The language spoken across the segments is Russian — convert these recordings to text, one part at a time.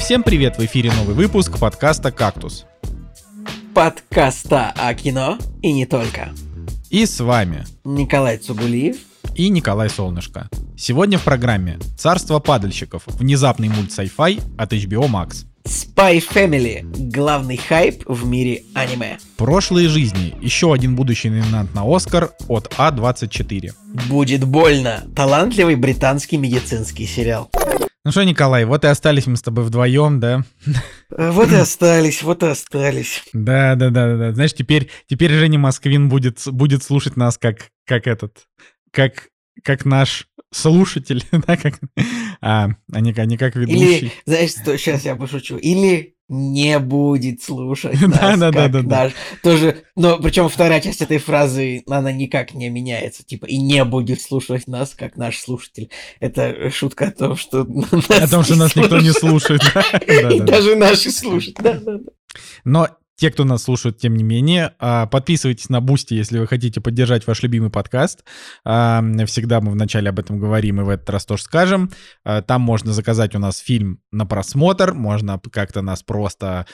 Всем привет, в эфире новый выпуск подкаста «Кактус». Подкаста о кино и не только. И с вами Николай Цугулиев и Николай Солнышко. Сегодня в программе «Царство падальщиков», внезапный мульт sci-fi от HBO Max. Spy Family – главный хайп в мире аниме. Прошлые жизни – еще один будущий номинант на Оскар от А24. Будет больно – талантливый британский медицинский сериал. Ну что, Николай, вот и остались мы с тобой вдвоем, да? Вот и остались. Да. Знаешь, теперь Женя Москвин будет слушать нас как наш слушатель, да, а не как ведущий. Или, знаешь, что, сейчас я пошучу, или не будет слушать нас, да. Тоже, но причем вторая часть этой фразы, она никак не меняется, типа, и не будет слушать нас, как наш слушатель. Это шутка о том, что нас никто не слушает. И даже наши слушают, да. Но те, кто нас слушают, тем не менее, подписывайтесь на Boosty, если вы хотите поддержать ваш любимый подкаст. Всегда мы вначале об этом говорим и в этот раз тоже скажем. Там можно заказать у нас фильм на просмотр, можно как-то нас просто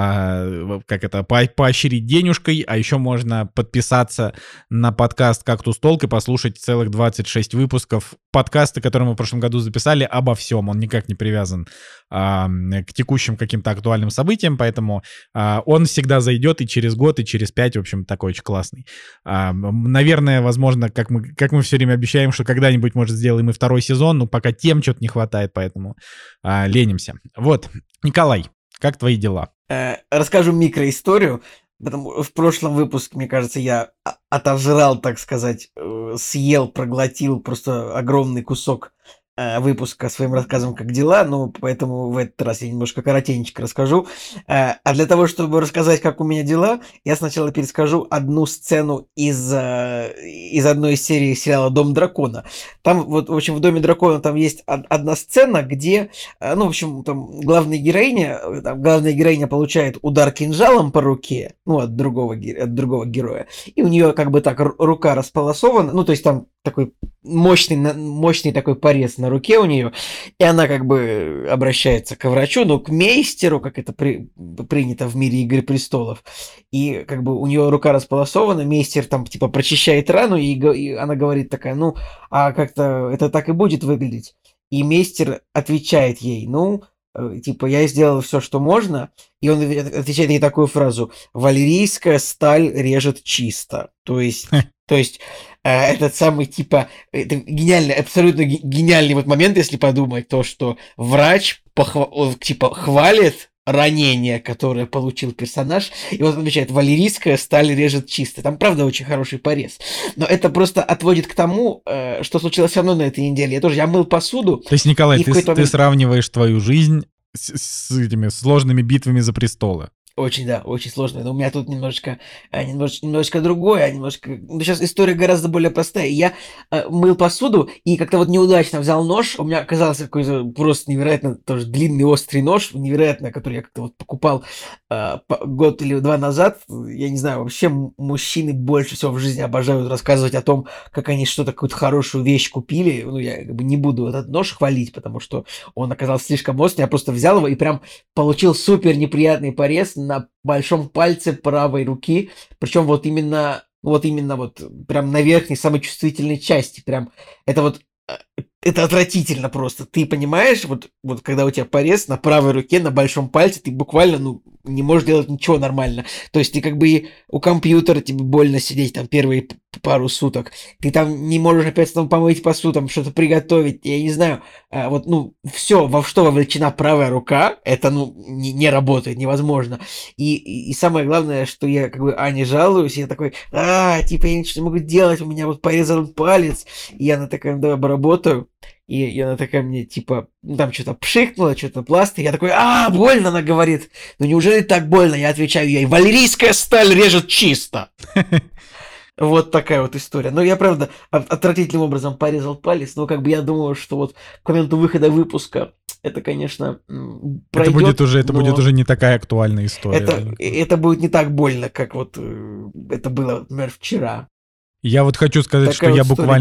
поощрить денежкой, а еще можно подписаться на подкаст «Кактус Толк» и послушать целых 26 выпусков подкаста, который мы в прошлом году записали, обо всем. Он никак не привязан к текущим каким-то актуальным событиям, поэтому он всегда зайдет и через год, и через 5, в общем, такой очень классный. Наверное, возможно, как мы все время обещаем, что когда-нибудь, может, сделаем и второй сезон, но пока тем что-то не хватает, поэтому ленимся. Вот, Николай, как твои дела? Расскажу микроисторию. Потому в прошлом выпуске, мне кажется, я отожрал, так сказать, съел, проглотил просто огромный кусок выпуска своим рассказом «Как дела?», ну, поэтому в этот раз я немножко коротенечко расскажу. А для того, чтобы рассказать, как у меня дела, я сначала перескажу одну сцену из одной из серий сериала «Дом дракона». Там, вот, в общем, в «Доме дракона» там есть одна сцена, где, ну, в общем, там главная героиня получает удар кинжалом по руке, ну, от другого героя, и у нее как бы так рука располосована, ну, то есть там такой мощный такой порез на руке у нее, и она как бы обращается к врачу, ну, к мейстеру, как это принято в мире «Игры престолов», и как бы у нее рука располосована, мейстер там типа прочищает рану, и она говорит такая, ну, а как-то это так и будет выглядеть, и мейстер отвечает ей, ну, типа, я сделал все, что можно, и он отвечает ей такую фразу: «Валерийская сталь режет чисто». То есть этот самый, типа, это гениальный, абсолютно гениальный вот момент, если подумать, то, что врач, хвалит ранение, которое получил персонаж, и вот он отвечает: «Валерийская сталь режет чисто». Там, правда, очень хороший порез. Но это просто отводит к тому, что случилось со мной на этой неделе. Я мыл посуду. То есть, Николай, ты сравниваешь твою жизнь с этими сложными битвами за престолы. Очень сложно. Но у меня тут немножечко другое, Ну, сейчас история гораздо более простая. Я мыл посуду и как-то вот неудачно взял нож. У меня оказался какой-то просто невероятно тоже длинный острый нож, невероятно, который я как-то вот покупал год или 2 назад. Я не знаю, вообще мужчины больше всего в жизни обожают рассказывать о том, как они что-то, какую-то хорошую вещь купили. Ну, я как бы не буду этот нож хвалить, потому что он оказался слишком острый. Я просто взял его и прям получил супер неприятный порез на большом пальце правой руки, причем вот именно прям на верхней, самой чувствительной части, прям это отвратительно просто. Ты понимаешь, вот когда у тебя порез на правой руке, на большом пальце, ты буквально, не можешь делать ничего нормально. То есть ты как бы у компьютера, тебе больно сидеть там первые пару суток. Ты там не можешь опять там помыть посуду, там что-то приготовить. Я не знаю, все, во что вовлечена правая рука, это, не работает, невозможно. И самое главное, что я как бы Ане жалуюсь, я такой, я ничего не могу делать, у меня вот порезан палец. И она такая: давай поработаю. И она такая мне, типа, там что-то пшикнула, что-то пластырь. Я такой: больно, она говорит. Ну неужели так больно? Я отвечаю ей: валерийская сталь режет чисто. Вот такая вот история. Но я, правда, отвратительным образом порезал палец, но как бы я думаю, что вот к моменту выхода выпуска это, конечно, пройдет. Это будет уже не такая актуальная история. Это будет не так больно, как вот это было, например, вчера. Я вот хочу сказать, что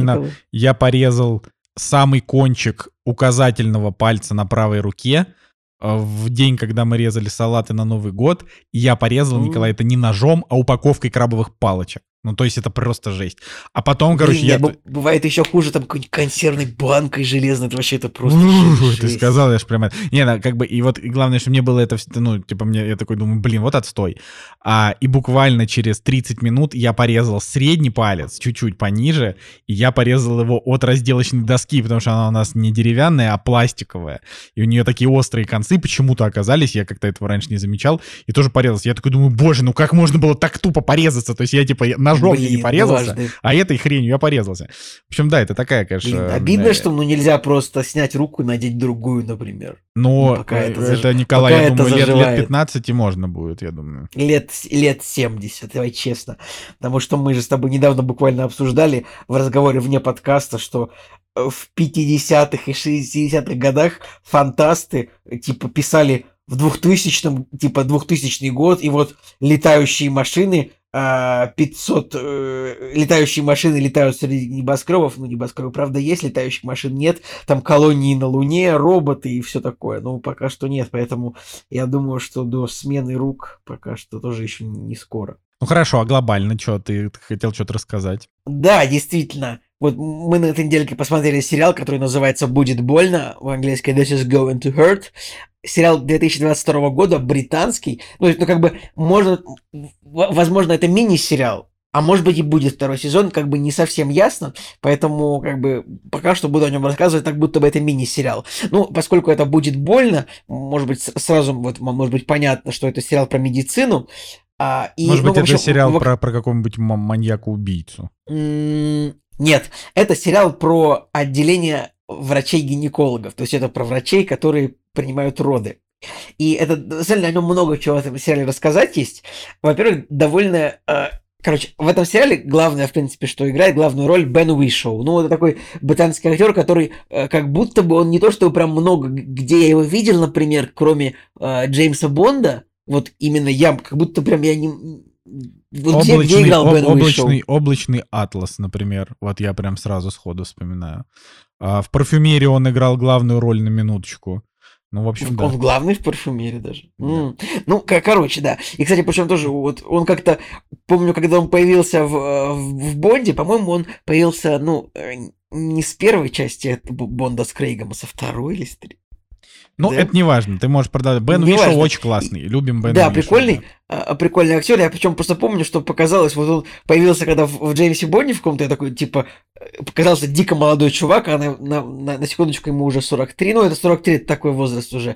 я порезал самый кончик указательного пальца на правой руке, в день, когда мы резали салаты на Новый год, и я порезал, Николай, это не ножом, а упаковкой крабовых палочек. Ну, то есть это просто жесть. А потом, короче, бывает еще хуже, там какой-нибудь консервной банкой железной, это вообще это просто жесть. Ты сказал, я ж прямо... Не, ну, как бы, и вот главное, что мне было это, ну, типа, я такой думаю, блин, вот отстой. И буквально через 30 минут я порезал средний палец, чуть-чуть пониже, и я порезал его от разделочной доски, потому что она у нас не деревянная, а пластиковая. И у нее такие острые концы почему-то оказались, я как-то этого раньше не замечал, и тоже порезался. Я такой думаю, боже, ну как можно было так тупо порезаться? То есть я, типа, ножом не порезался, а этой хренью я порезался. В общем, да, это такая, конечно... обидно, что нельзя просто снять руку и надеть другую, например. Но это, Николай, я думаю, лет 15 можно будет, я думаю. Лет 70, давай честно. Потому что мы же с тобой недавно буквально обсуждали в разговоре вне подкаста, что в 50-х и 60-х годах фантасты, типа, писали в 2000-м, типа, 2000 год, и вот летающие машины... 500 летающие машины летают среди небоскребов. Ну, небоскребы, правда, есть, летающих машин нет. Там колонии на Луне, роботы и все такое. Ну, пока что нет, поэтому я думаю, что до смены рук пока что тоже еще не скоро. Ну, хорошо, а глобально что? Ты хотел что-то рассказать? Да, действительно. Вот мы на этой недельке посмотрели сериал, который называется «Будет больно», в английском «This is going to hurt». Сериал 2022 года, британский. Ну, как бы, возможно, это мини-сериал, а может быть и будет второй сезон, как бы не совсем ясно, поэтому, как бы, пока что буду о нем рассказывать, так будто бы это мини-сериал. Ну, поскольку это будет больно, может быть, сразу, вот, может быть, понятно, что это сериал про медицину. Может быть, это сериал про какого-нибудь маньяка-убийцу? Нет, это сериал про отделение врачей-гинекологов, то есть это про врачей, которые принимают роды. И это, на самом деле, о нем много чего в этом сериале рассказать есть. Во-первых, довольно... Короче, в этом сериале главное, в принципе, что играет главную роль Бен Уишоу. Ну, это такой британский актер, который как будто бы он не то, что прям много, где я его видел, например, кроме Джеймса Бонда, вот именно я, как будто прям я не... Вот где играл Бен Уишоу? Облачный атлас, например. Вот я прям сразу сходу вспоминаю. В «Парфюмерии» он играл главную роль на минуточку. Ну, в общем, да. Он главный в «Парфюмерии» даже. Да. Ну, короче, да. И, кстати, причем тоже, вот он как-то, помню, когда он появился в Бонде, по-моему, он появился, ну, не с первой части Бонда с Крейгом, а со второй или с третьей. Ну, да? Это не важно, ты можешь продать. Бен Уишоу очень классный, любим Бена Уишоу. Да, прикольный, прикольный актер. Я причем просто помню, что показалось, вот он появился, когда в Джеймсе Бонде в каком-то, я такой, типа, показался дико молодой чувак, а на секундочку ему уже 43, ну, это 43, это такой возраст уже,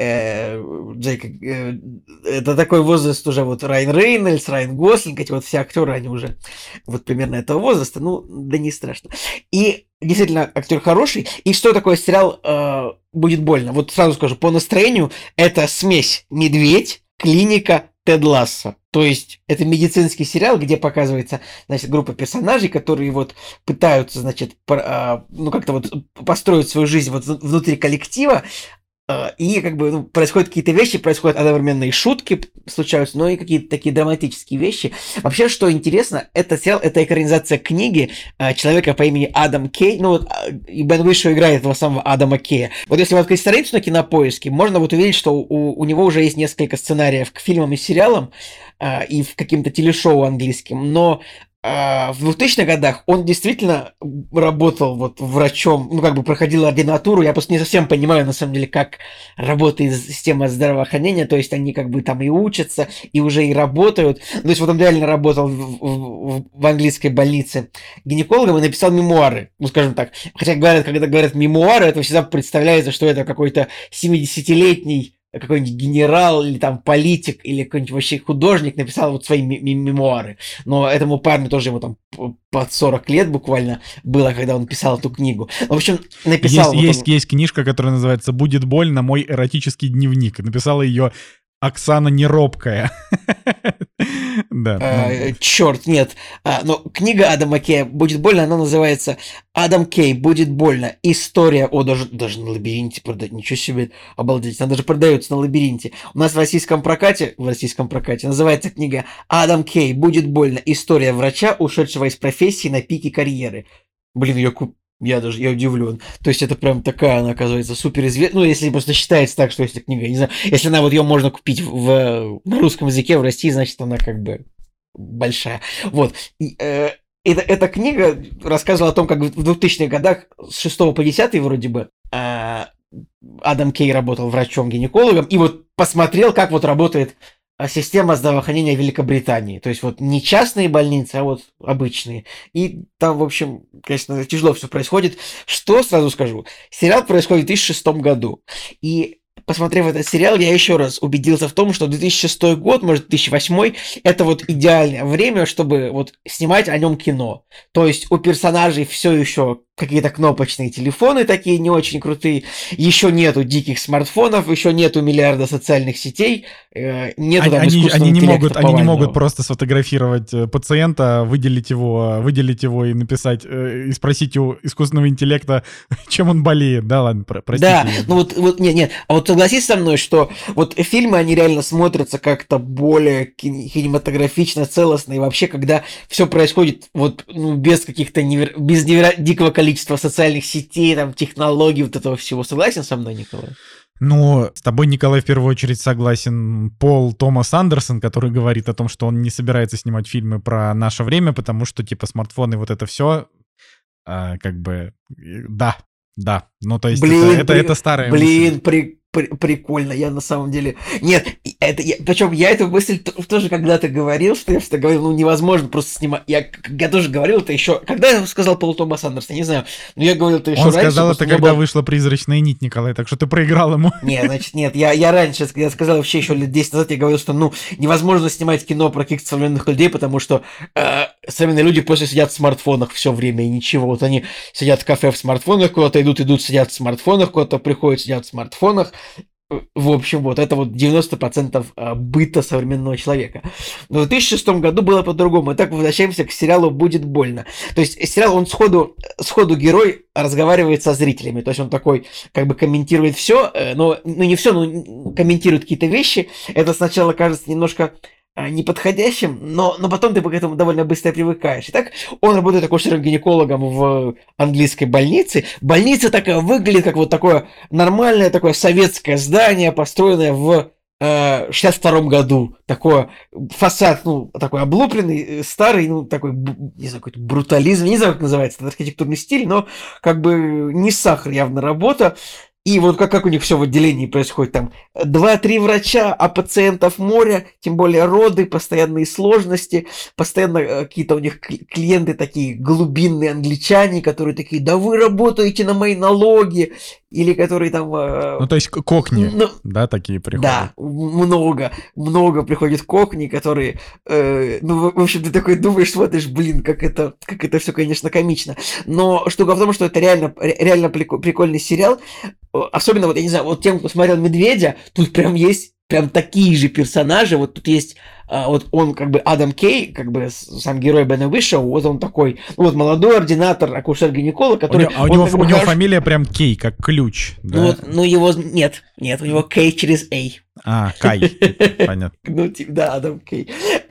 Джейк, это такой возраст уже, вот, Райан Рейнольдс, Райан Гослинг, эти вот все актеры, они уже вот примерно этого возраста, ну, да не страшно. И действительно, актер хороший. И что такое сериал «Будет больно»? Вот сразу скажу, по настроению это смесь «Медведь», «Клиника», «Тед Лассо». То есть это медицинский сериал, где показывается, значит, группа персонажей, которые вот пытаются, значит, ну как-то вот построить свою жизнь вот внутри коллектива. И как бы происходят какие-то вещи, происходят одновременно и шутки случаются, но и какие-то такие драматические вещи. Вообще, что интересно, этот сериал — это экранизация книги человека по имени Адам Кей. Ну вот, и Бен Уишоу играет этого самого Адама Кея. Вот если вы открыть страницу на Кинопоиске, можно вот увидеть, что у него уже есть несколько сценариев к фильмам и сериалам, и в каким-то телешоу английским, но в 2000-х годах он действительно работал вот врачом, ну, как бы проходил ординатуру. Я просто не совсем понимаю, на самом деле, как работает система здравоохранения. То есть они как бы там и учатся, и уже и работают. То есть вот он реально работал в английской больнице гинекологом и написал мемуары, ну, скажем так. Хотя говорят, когда говорят мемуары, это всегда представляется, что это какой-то 70-летний какой-нибудь генерал или там политик или какой-нибудь вообще художник написал вот свои мемуары. Но этому парню тоже ему там под 40 лет буквально было, когда он писал эту книгу. В общем, написал... Есть книжка, которая называется «Будет больно. Мой эротический дневник». Написала ее Оксана Неробкая. Черт, нет. Но книга Адама Кея «Будет больно», она называется «Адам Кей. Будет больно. История». О, даже на Лабиринте продать. Ничего себе, обалдеть. Она даже продается на Лабиринте. У нас в российском прокате называется книга «Адам Кей. Будет больно. История врача, ушедшего из профессии на пике карьеры». Блин, ее Я удивлен. То есть это прям такая, она оказывается суперизвестная. Ну, если просто считается так, что если книга, не знаю, если она вот ее можно купить на русском языке в России, значит она как бы большая. Вот. Эта книга рассказывала о том, как в 2000-х годах с 6 по 10 вроде бы Адам Кей работал врачом-гинекологом и вот посмотрел, как вот работает система здравоохранения Великобритании. То есть вот не частные больницы, а вот обычные. И там, в общем, конечно, тяжело все происходит. Что сразу скажу? Сериал происходит в 2006 году. И посмотрев этот сериал, я еще раз убедился в том, что 2006 год, может 2008, это вот идеальное время, чтобы вот снимать о нем кино. То есть у персонажей все еще какие-то кнопочные телефоны такие не очень крутые, еще нету диких смартфонов, еще нету миллиарда социальных сетей, нету там искусственного интеллекта они не могут просто сфотографировать пациента, выделить его и написать, и спросить у искусственного интеллекта, чем он болеет. Да, ладно, простите. Да, ну вот нет. А вот согласись со мной, что вот фильмы, они реально смотрятся как-то более кинематографично, целостно, и вообще, когда все происходит вот без каких-то без дикого количества социальных сетей, там, технологий, вот этого всего. Согласен со мной, Николай? Ну, с тобой, Николай, в первую очередь согласен Пол Томас Андерсон, который говорит о том, что он не собирается снимать фильмы про наше время, потому что, типа, смартфоны, вот это все, как бы, да. Ну, то есть, это старая мысль. Прикольно, я на самом деле... Нет, причем я эту мысль тоже когда-то говорил, что я всегда говорил, ну, невозможно просто снимать... Я тоже говорил это еще... Когда я сказал Пол Томас Андерсон, не знаю, но я говорил это еще раньше. Он сказал это, когда вышла «Призрачная нить», Николай, так что ты проиграл ему. Нет, я раньше, я сказал вообще еще лет 10 назад, я говорил, что, ну, невозможно снимать кино про каких-то современных людей, потому что современные люди просто сидят в смартфонах все время и ничего. Вот они сидят в кафе в смартфонах, куда-то идут, сидят в смартфонах, куда-то приходят, сидят в смартфонах. В общем, вот это вот 90% быта современного человека. Но в 2006 году было по-другому. Итак, возвращаемся к сериалу «Будет больно». То есть сериал, он сходу герой разговаривает со зрителями. То есть он такой, как бы комментирует все, но не все, но комментирует какие-то вещи. Это сначала кажется немножко неподходящим, но потом ты к этому довольно быстро привыкаешь. Итак, он работает акушером-гинекологом в английской больнице. Больница такая выглядит, как вот такое нормальное, такое советское здание, построенное в 62 году. Такой фасад, ну, такой облупленный, старый, ну, такой, не знаю, какой-то брутализм, не знаю, как называется этот архитектурный стиль, но как бы не сахар явно работа. И вот как у них все в отделении происходит, там 2-3 врача, а пациентов море, тем более роды, постоянные сложности, постоянно какие-то у них клиенты такие глубинные англичане, которые такие, да вы работаете на мои налоги, или которые там... Ну, то есть кокни, да, такие приходят? Да, много приходит кокни, которые... ну, в общем, ты такой думаешь, смотришь, блин, как это все, конечно, комично. Но штука в том, что это реально прикольный сериал. Особенно, вот, я не знаю, вот тем, кто смотрел «Медведя», тут прям есть прям такие же персонажи. Вот тут есть, вот он как бы Адам Кей, как бы сам герой Бена Уишоу, вот он такой, ну вот молодой ординатор, акушер-гинеколог, который... У него фамилия прям Кей, как ключ. Да? Ну вот, ну его... Нет, у него Кей через А. Кай, понятно. Ну, типа, да, Адам Кей.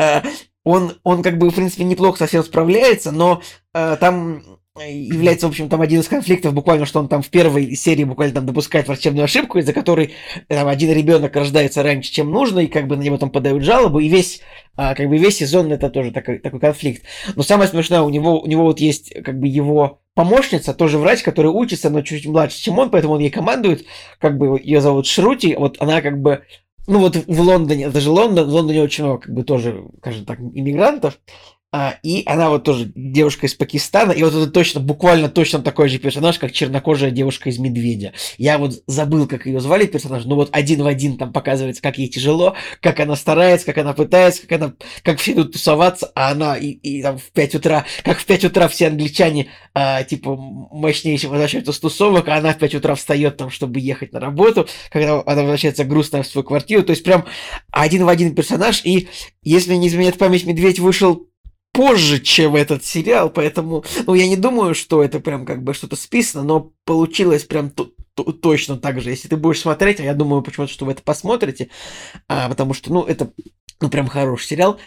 Он как бы, в принципе, неплохо совсем справляется, но там... является, в общем, там один из конфликтов, буквально, что он там в первой серии буквально там допускает врачебную ошибку, из-за которой там один ребенок рождается раньше, чем нужно, и как бы на него там подают жалобу, и весь сезон это тоже такой конфликт. Но самое смешное, у него вот есть как бы его помощница, тоже врач, который учится, но чуть-чуть младше, чем он, поэтому он ей командует, как бы ее зовут Шрути, вот она как бы, ну вот в Лондоне, это же Лондон, в Лондоне очень много, как бы тоже, скажем так, иммигрантов, и она вот тоже девушка из Пакистана, и вот это точно, буквально точно такой же персонаж, как чернокожая девушка из «Медведя». Я вот забыл, как ее звали персонаж, но вот один в один там показывается, как ей тяжело, как она старается, как она пытается, как все идут тусоваться, а она и там в 5 утра, как в 5 утра все англичане, типа, мощнее возвращаются с тусовок, а она в 5 утра встает там, чтобы ехать на работу, когда она возвращается грустная в свою квартиру, то есть прям один в один персонаж, и если не изменяет память, «Медведь» вышел позже, чем этот сериал, поэтому, ну, я не думаю, что это прям как бы что-то списано, но получилось прям точно так же. Если ты будешь смотреть, а я думаю почему-то, что вы это посмотрите, потому что, ну, это ну, прям хороший сериал,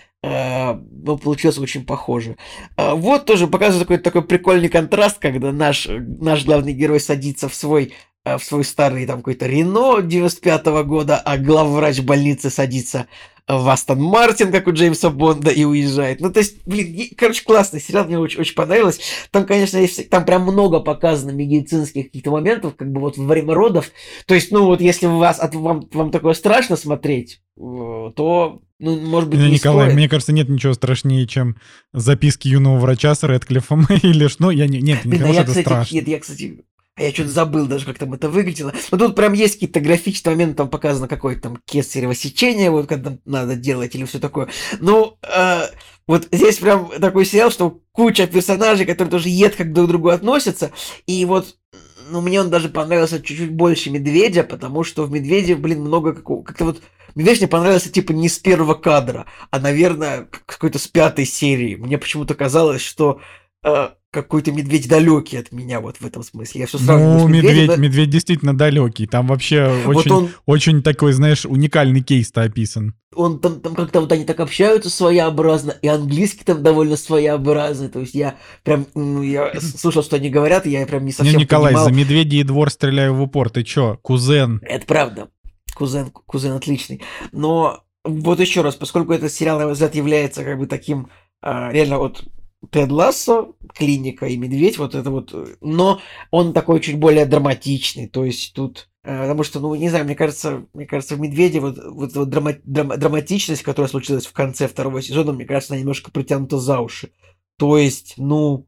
но получилось очень похоже. Вот тоже показывает такой прикольный контраст, когда наш главный герой садится в свой старый там какой-то Рено 95-го года, а главврач больницы садится в Астон Мартин, как у Джеймса Бонда, и уезжает. Ну, то есть, блин, короче, классный сериал, мне очень понравилось. Там, конечно, там прям много показано медицинских каких-то моментов, как бы вот во время родов. То есть, ну, вот если вам такое страшно смотреть, то, ну, может быть, не Николай, стоит. мне кажется, нет ничего страшнее, чем записки юного врача с Рэдклиффом или что. Ну, нет, не Блин, потому что это страшно. Нет, я, кстати, я что-то забыл даже, как там это выглядело. Но тут прям есть какие-то графические моменты, там показано какое-то там кесарево сечение, вот когда надо делать или все такое. Ну, вот здесь прям такой сериал, что куча персонажей, которые тоже как друг к другу относятся. И вот, ну, мне он даже понравился чуть-чуть больше «Медведя», потому что в «Медведе», блин, много как-то вот... «Медведь» мне понравился типа не с первого кадра, а, наверное, какой-то с 5-й серии. Мне почему-то казалось, что какой-то медведь далекий от меня вот в этом смысле. Я все сравниваю Ну, с медведем. медведь действительно далекий. Там вообще Вот очень такой, знаешь, уникальный кейс-то описан. он там как-то вот они так общаются своеобразно, и английский там довольно своеобразный. То есть я прям, я слушал, что они говорят, и я прям не совсем Николай, понимал. за «Медведей двор» стреляю в упор. Ты чё, кузен? Это правда. Кузен отличный. Но вот еще раз, поскольку этот сериал, на мой взгляд, является как бы таким реально вот Тед Лассо, «Клиника» и «Медведь», вот это вот, но он такой чуть более драматичный, то есть тут, потому что, ну, не знаю, мне кажется, в «Медведе» вот драматичность, которая случилась в конце 2-го сезона, мне кажется, она немножко притянута за уши. То есть, ну,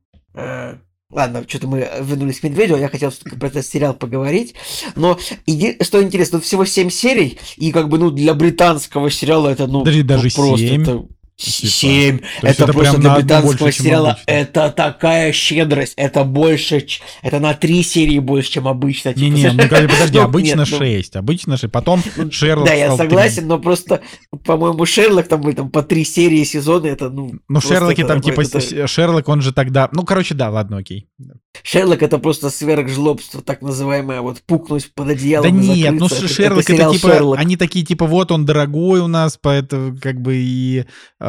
ладно, что-то мы вернулись к «Медведю», а я хотел все-таки про этот сериал поговорить. Но что интересно, тут всего 7 серий, и как бы, ну, для британского сериала это, ну, Подожди, даже просто 7? это... Типа, 7. Это Это просто прям для на одну британского больше, чем сериала обычно. это такая щедрость. Это больше, это на 3 серии больше, чем обычно. Типа, Не-не, ну подожди, ну, обычно нет, ну, 6. Обычно 6. Потом ну, Шерлок да, я стал 3. согласен, но просто, по-моему, Шерлок там были там по 3 серии сезона, это, ну, Ну, просто Шерлоки это там такой- типа... это- Шерлок, он же тогда... Ну, короче, да, ладно, окей. Шерлок это просто сверхжлобство, так называемое, вот пукнуть под Да одеялом и нет, ну закрыться. Шерлок это сериал типа... Шерлок. Они такие типа, вот он дорогой у нас, поэтому как бы и...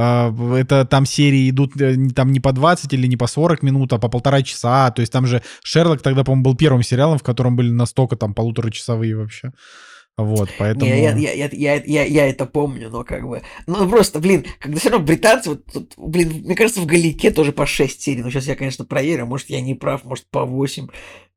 это там серии идут там не по 20 или не по 40 минут, а по 1,5 часа. То есть там же Шерлок тогда, по-моему, был первым сериалом, в котором были настолько там 1,5-часовые вообще. Вот, поэтому... Не, я это помню, но как бы... Ну, просто, блин, когда все равно британцы, вот тут, блин, мне кажется, в «Галике» тоже по 6 серий. Но сейчас я, конечно, проверю, может, я не прав, может, по 8.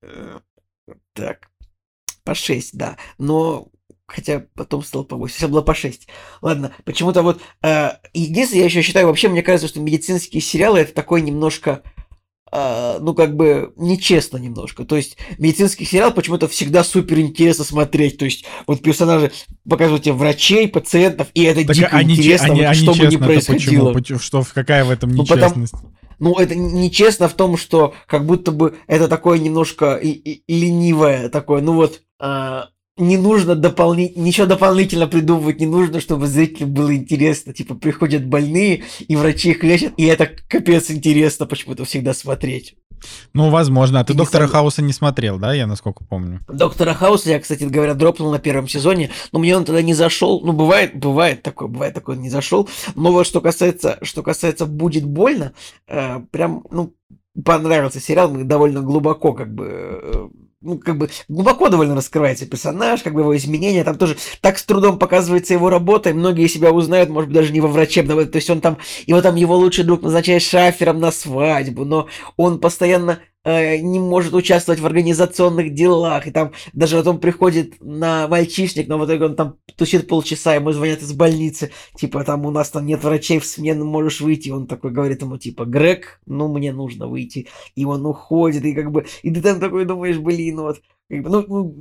Так, по 6, да. Но... Хотя потом стало по 8. Все было по 6. Ладно, почему-то вот... единственное, я еще считаю, вообще, мне кажется, что медицинские сериалы это такой немножко... ну, как бы, нечестно немножко. То есть, медицинский сериал почему-то всегда супер интересно смотреть. То есть, вот персонажи показывают тебе врачей, пациентов, и это Так дико интересно, вот, что бы ни происходило. Почему? Какая в этом Ну, нечестность? Ну, это нечестно в том, что как будто бы это такое немножко ленивое такое. Ну, вот, не нужно ничего дополнительно придумывать не нужно, чтобы зрителю было интересно. Типа, приходят больные, и врачи их лечат, и это капец интересно почему-то всегда смотреть. Ну, возможно. А ты И «Доктора Хауса» не смотрел, да? Я насколько помню. «Доктора Хауса» я, кстати говоря, дропнул на 1-м сезоне, но мне он тогда не зашел. Ну, бывает такое, не зашел. Но вот что касается «Будет больно», прям, ну, понравился сериал, довольно глубоко, как бы, глубоко довольно раскрывается персонаж, как бы его изменения, там тоже так с трудом показывается его работа, и многие себя узнают, может быть, даже не во врачебном, то есть он там, его лучший друг назначает шафером на свадьбу, но он постоянно не может участвовать в организационных делах, и там даже потом приходит на мальчишник, но в итоге он там тусит полчаса, ему звонят из больницы, типа, там у нас там нет врачей в смену, можешь выйти, он такой говорит ему, типа, Грег, ну, мне нужно выйти, и он уходит, и как бы, и ты там такой думаешь, блин, вот, как бы,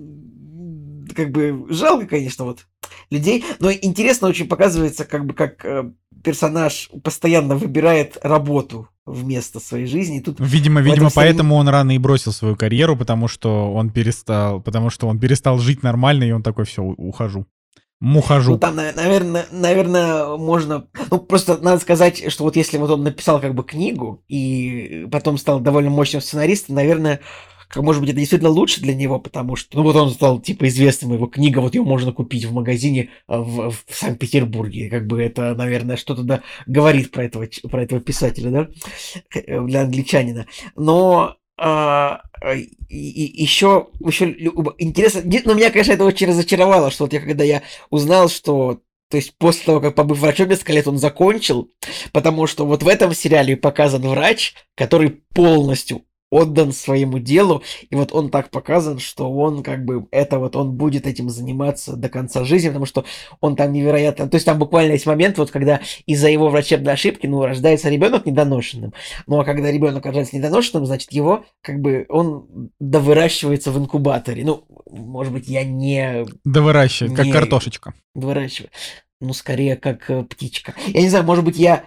как бы жалко, конечно, вот людей, но интересно очень показывается, как бы, как персонаж постоянно выбирает работу вместо своей жизни. И тут Видимо, поэтому он рано и бросил свою карьеру, потому что он перестал жить нормально, и он такой, все, ухожу. Мухожу. Ну, там, наверное, можно... Ну, просто надо сказать, что вот если вот он написал как бы книгу и потом стал довольно мощным сценаристом, наверное, может быть, это действительно лучше для него, потому что, ну, вот он стал, типа, известным, его книга, вот ее можно купить в магазине в Санкт-Петербурге, как бы это, наверное, что-то да, говорит про этого писателя, да, для англичанина. Но еще интересно, но меня, конечно, это очень разочаровало, что вот когда я узнал, что, то есть после того, как побыв врачом несколько лет, он закончил, потому что вот в этом сериале показан врач, который полностью отдан своему делу, и вот он так показан, что он как бы это вот он будет этим заниматься до конца жизни, потому что он там невероятно, то есть там буквально есть момент, вот когда из-за его врачебной ошибки, ну, рождается ребенок недоношенным, ну, а когда ребенок рождается недоношенным, значит, его как бы он довыращивается в инкубаторе, ну, может быть, я не... Довыращивает, как картошечка. Довыращивает, ну, скорее, как птичка. Я не знаю, может быть, я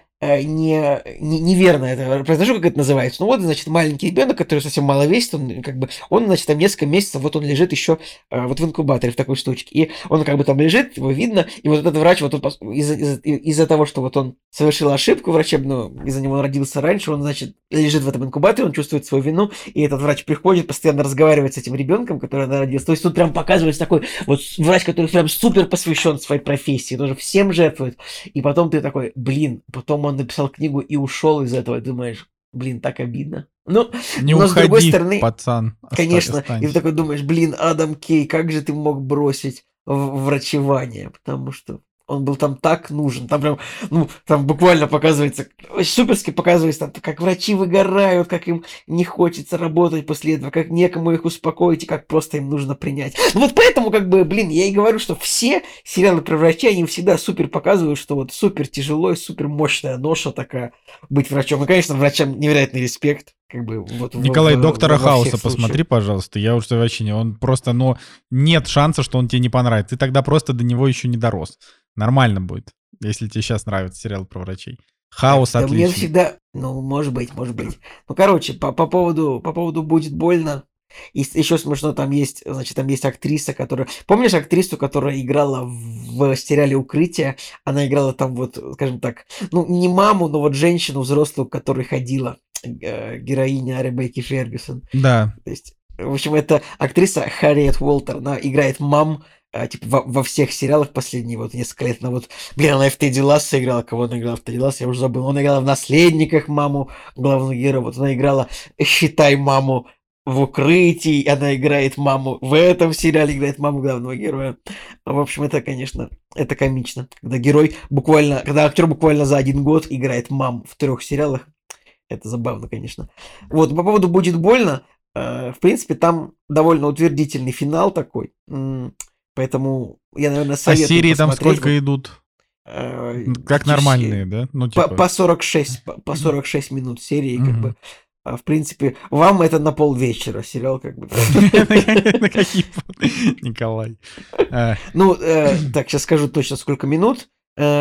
неверно это произношу, как это называется. Ну вот, значит, маленький ребенок, который совсем мало весит, он как бы, он, значит, там несколько месяцев, вот он лежит еще вот в инкубаторе в такой штучке, и он как бы там лежит, его видно, и вот этот врач, вот он из-за того, что вот он совершил ошибку врачебную, из-за него он родился раньше, он, значит, лежит в этом инкубаторе, он чувствует свою вину, и этот врач приходит, постоянно разговаривает с этим ребенком, который родился. То есть тут прям показывается такой вот врач, который прям супер посвящен своей профессии, тоже всем жертвует. И потом ты такой, блин, потом он написал книгу и ушел из этого, и думаешь, блин, так обидно. Ну, не но уходи, с другой стороны, пацан, конечно, останься. и ты такой думаешь, блин, Адам Кей, как же ты мог бросить врачевание, потому что он был там так нужен, там прям, ну, там буквально показывается, суперски показывается, там, как врачи выгорают, как им не хочется работать после этого, как некому их успокоить, и как просто им нужно принять. Ну вот поэтому, как бы, блин, я и говорю, что все сериалы про врачей, они всегда супер показывают, что вот супер тяжело и супер мощная ноша такая быть врачом. И, конечно, врачам невероятный респект. Как бы, вот Николай, доктора Хауса посмотри, пожалуйста. Я уже вообще не... Он просто, но нет шанса, что он тебе не понравится. Ты тогда просто до него еще не дорос. Нормально будет, если тебе сейчас нравится сериал про врачей. Хаос да, отличный. Мне всегда... Ну, может быть. Ну, короче, по поводу «Будет больно». И еще смешно, там есть, значит, там есть актриса, которая... Помнишь актрису, которая играла в сериале «Укрытие»? Она играла там вот, скажем так, ну, не маму, но вот женщину взрослую, к которой ходила героиня Ребекки Фергюсон. Да. То есть, в общем, это актриса Харриет Уолтер, она играет мам, типа, во всех сериалах последние вот несколько лет. Она вот, блин, она и в Тедди Лассо играла. Кого она играла в Тедди Лассо, я уже забыл. Она играла в «Наследниках» маму главного героя. Вот она играла, считай, маму в «Укрытии», она играет маму в этом сериале, играет маму главного героя. В общем, это, конечно, это комично. Когда актер буквально за 1 год играет мам в 3 сериалах. Это забавно, конечно. Вот, по поводу «Будет больно», в принципе, там довольно утвердительный финал такой. Поэтому я, наверное, советую серии посмотреть. Там сколько идут? Как нормальные, да? Ну, типа... по 46 минут серии, как бы. В принципе, вам это на полвечера сериал, как бы. На какие... Николай. Ну, так, сейчас скажу точно, сколько минут.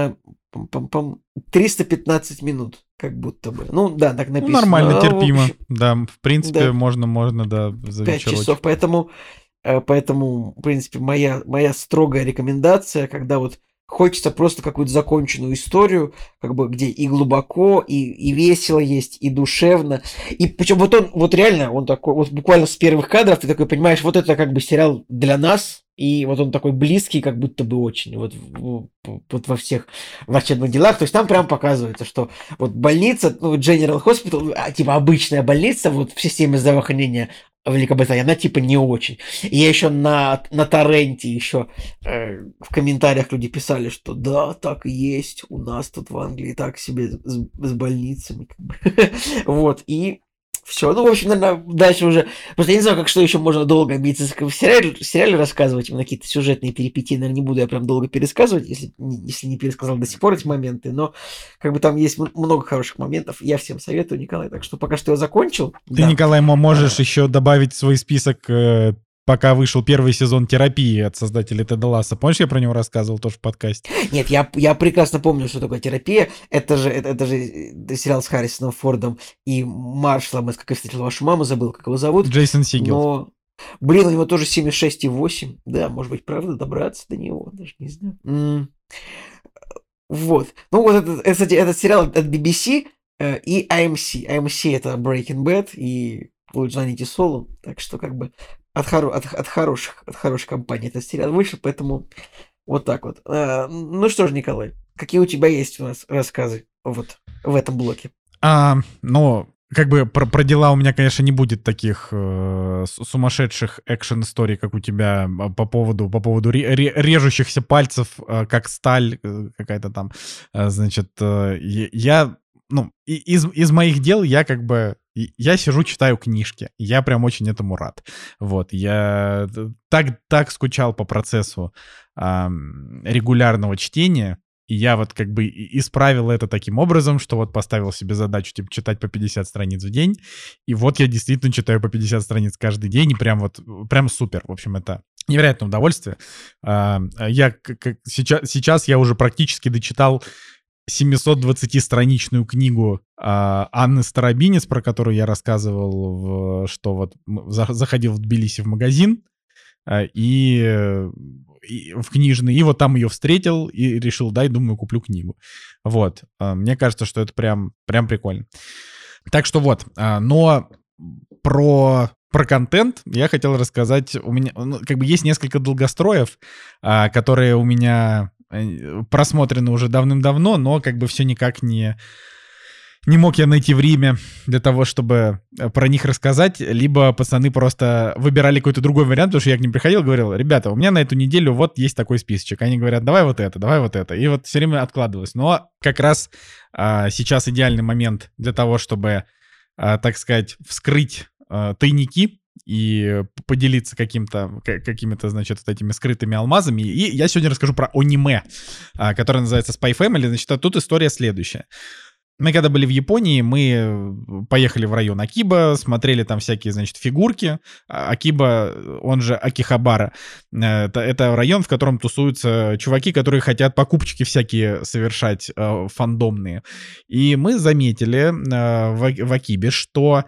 315 минут, как будто бы. Ну, да, так написано. Ну, нормально, терпимо. Да, в принципе, да. можно, да, за 5 часов, поэтому, в принципе, моя строгая рекомендация, когда вот хочется просто какую-то законченную историю, как бы, где и глубоко, и весело есть, и душевно. И причем вот он, вот реально, он такой, вот буквально с первых кадров ты такой понимаешь, вот это как бы сериал для нас, и вот он такой близкий, как будто бы очень, вот во всех врачебных делах. То есть там прям показывается, что вот больница, ну, General Hospital, типа обычная больница, вот в системе здравоохранения в Великобритании, она типа не очень. И я еще на торренте еще в комментариях люди писали, что да, так и есть, у нас тут в Англии так себе с больницами. Как бы. Вот, и все. Ну, в общем, наверное, дальше уже... Просто я не знаю, что еще можно долго о медицинском сериале рассказывать, именно какие-то сюжетные перипетии, наверное, не буду я прям долго пересказывать, если не пересказал до сих пор эти моменты, но как бы там есть много хороших моментов, я всем советую, Николай, так что пока что я закончил. Ты, да. Николай, можешь еще добавить в свой список, пока вышел первый сезон терапии от создателей Теда Ласса. Помнишь, я про него рассказывал тоже в подкасте? Нет, я прекрасно помню, что такое терапия. Это же сериал с Харрисоном Фордом и Маршалом, как я встретил вашу маму, забыл, как его зовут. Джейсон Сигел. Но, блин, у него тоже 7,6,8. Да, может быть, правда, добраться до него, даже не знаю. Вот. Ну, вот кстати, этот сериал от BBC и AMC. AMC — это Breaking Bad, и Лучше звоните Солу. Так что как бы от хорошей компании этот сериал вышел, поэтому вот так вот. Ну что ж, Николай, какие у тебя есть у нас рассказы вот в этом блоке? Ну, как бы про дела у меня, конечно, не будет таких сумасшедших экшен-историй, как у тебя по поводу режущихся пальцев, как сталь какая-то там. Значит, ну, из моих дел я как бы... Я сижу, читаю книжки. Я прям очень этому рад. Вот, я так скучал по процессу регулярного чтения. И я вот как бы исправил это таким образом, что вот поставил себе задачу, типа, читать по 50 страниц в день. И вот я действительно читаю по 50 страниц каждый день, и прям супер. В общем, это невероятное удовольствие. Сейчас я уже практически дочитал 720-страничную книгу Анны Старобинец, про которую я рассказывал, что вот заходил в Тбилиси в магазин, и в книжный, и вот там ее встретил, и решил, думаю, куплю книгу. Вот. Мне кажется, что это прям прикольно. Так что вот. Но про контент я хотел рассказать. У меня как бы есть несколько долгостроев, которые у меня просмотрены уже давным-давно, но как бы все никак не мог я найти время для того, чтобы про них рассказать, либо пацаны просто выбирали какой-то другой вариант, потому что я к ним приходил и говорил: ребята, у меня на эту неделю вот есть такой списочек. Они говорят: давай вот это. И вот все время откладывалось. Но как раз сейчас идеальный момент для того, чтобы, так сказать, вскрыть тайники и поделиться какими-то, значит, вот этими скрытыми алмазами. И я сегодня расскажу про аниме, которое называется Spy Family. Значит, а тут история следующая. Мы когда были в Японии, мы поехали в район Акиба, смотрели там всякие, значит, фигурки. Акиба, он же Акихабара, это район, в котором тусуются чуваки, которые хотят покупочки всякие совершать, фандомные. И мы заметили в Акибе, что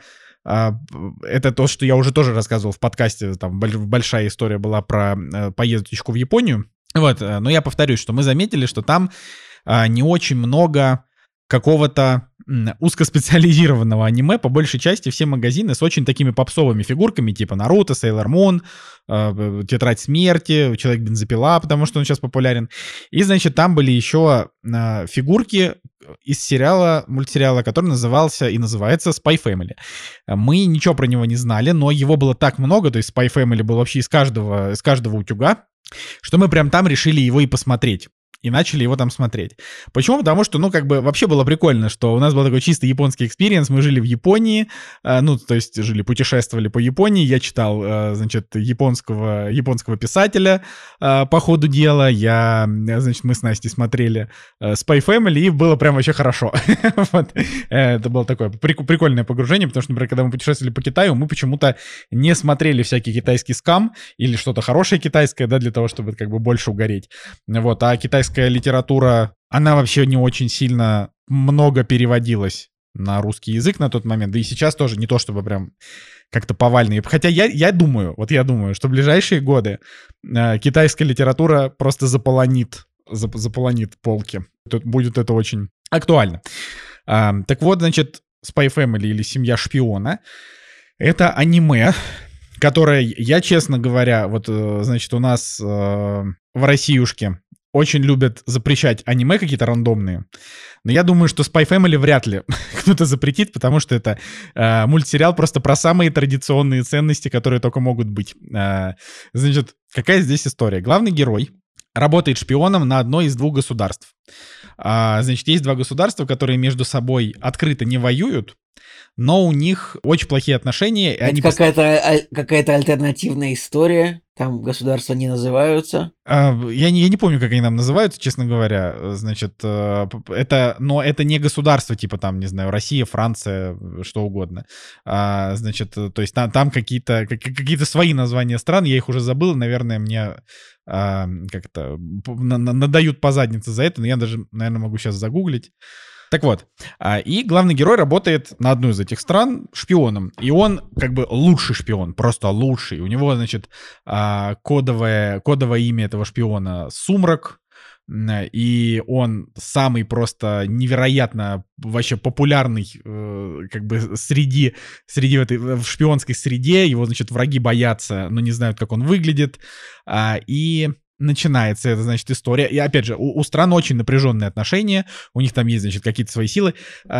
это то, что я уже тоже рассказывал в подкасте, там большая история была про поездочку в Японию. Вот, но я повторюсь, что мы заметили, что там не очень много какого-то узкоспециализированного аниме. По большей части все магазины с очень такими попсовыми фигурками, типа Наруто, Сейлор Мун, Тетрадь смерти, Человек-бензопила, потому что он сейчас популярен. И, значит, там были еще фигурки из мультсериала, который назывался и называется Spy Family. Мы ничего про него не знали, но его было так много, то есть Spy Family был вообще из каждого утюга, что мы прям там решили его и посмотреть. И начали его там смотреть. Почему? Потому что, ну, как бы вообще было прикольно, что у нас был такой чисто японский экспириенс. Мы жили в Японии, ну, то есть путешествовали по Японии. Я читал, значит, японского писателя по ходу дела. Значит, мы с Настей смотрели Spy Family, и было прям вообще хорошо. Вот. Это было такое прикольное погружение, потому что, например, когда мы путешествовали по Китаю, мы почему-то не смотрели всякий китайский скам или что-то хорошее китайское, да, для того, чтобы как бы больше угореть. Вот. А китайская литература, она вообще не очень сильно много переводилась на русский язык на тот момент, да и сейчас тоже не то чтобы прям как-то повально. Хотя я думаю, что в ближайшие годы китайская литература просто заполонит полки. Тут будет это очень актуально. Так вот, значит, Spy Family или Семья шпиона — это аниме, которое, я, честно говоря, вот, значит, у нас в Россиюшке очень любят запрещать аниме какие-то рандомные. Но я думаю, что Spy Family вряд ли кто-то запретит, потому что это мультсериал просто про самые традиционные ценности, которые только могут быть. Значит, какая здесь история? Главный герой работает шпионом на одно из двух государств. Значит, есть два государства, которые между собой открыто не воюют, но у них очень плохие отношения. Это какая-то альтернативная история. Там государства не называются. Я не помню, как они там называются, честно говоря. Значит, но это не государство, типа там, не знаю, Россия, Франция, что угодно. Значит, то есть там какие-то свои названия стран, я их уже забыл, наверное, мне как-то надают по заднице за это, но я даже, наверное, могу сейчас загуглить. Так вот, и главный герой работает на одну из этих стран шпионом. И он как бы лучший шпион, просто лучший. У него, значит, кодовое имя этого шпиона — Сумрак. и он самый просто невероятно вообще популярный как бы среди в шпионской среде. Его, значит, враги боятся, но не знают, как он выглядит. И начинается эта, значит, история. И, опять же, у стран очень напряженные отношения. У них там есть, значит, какие-то свои силы.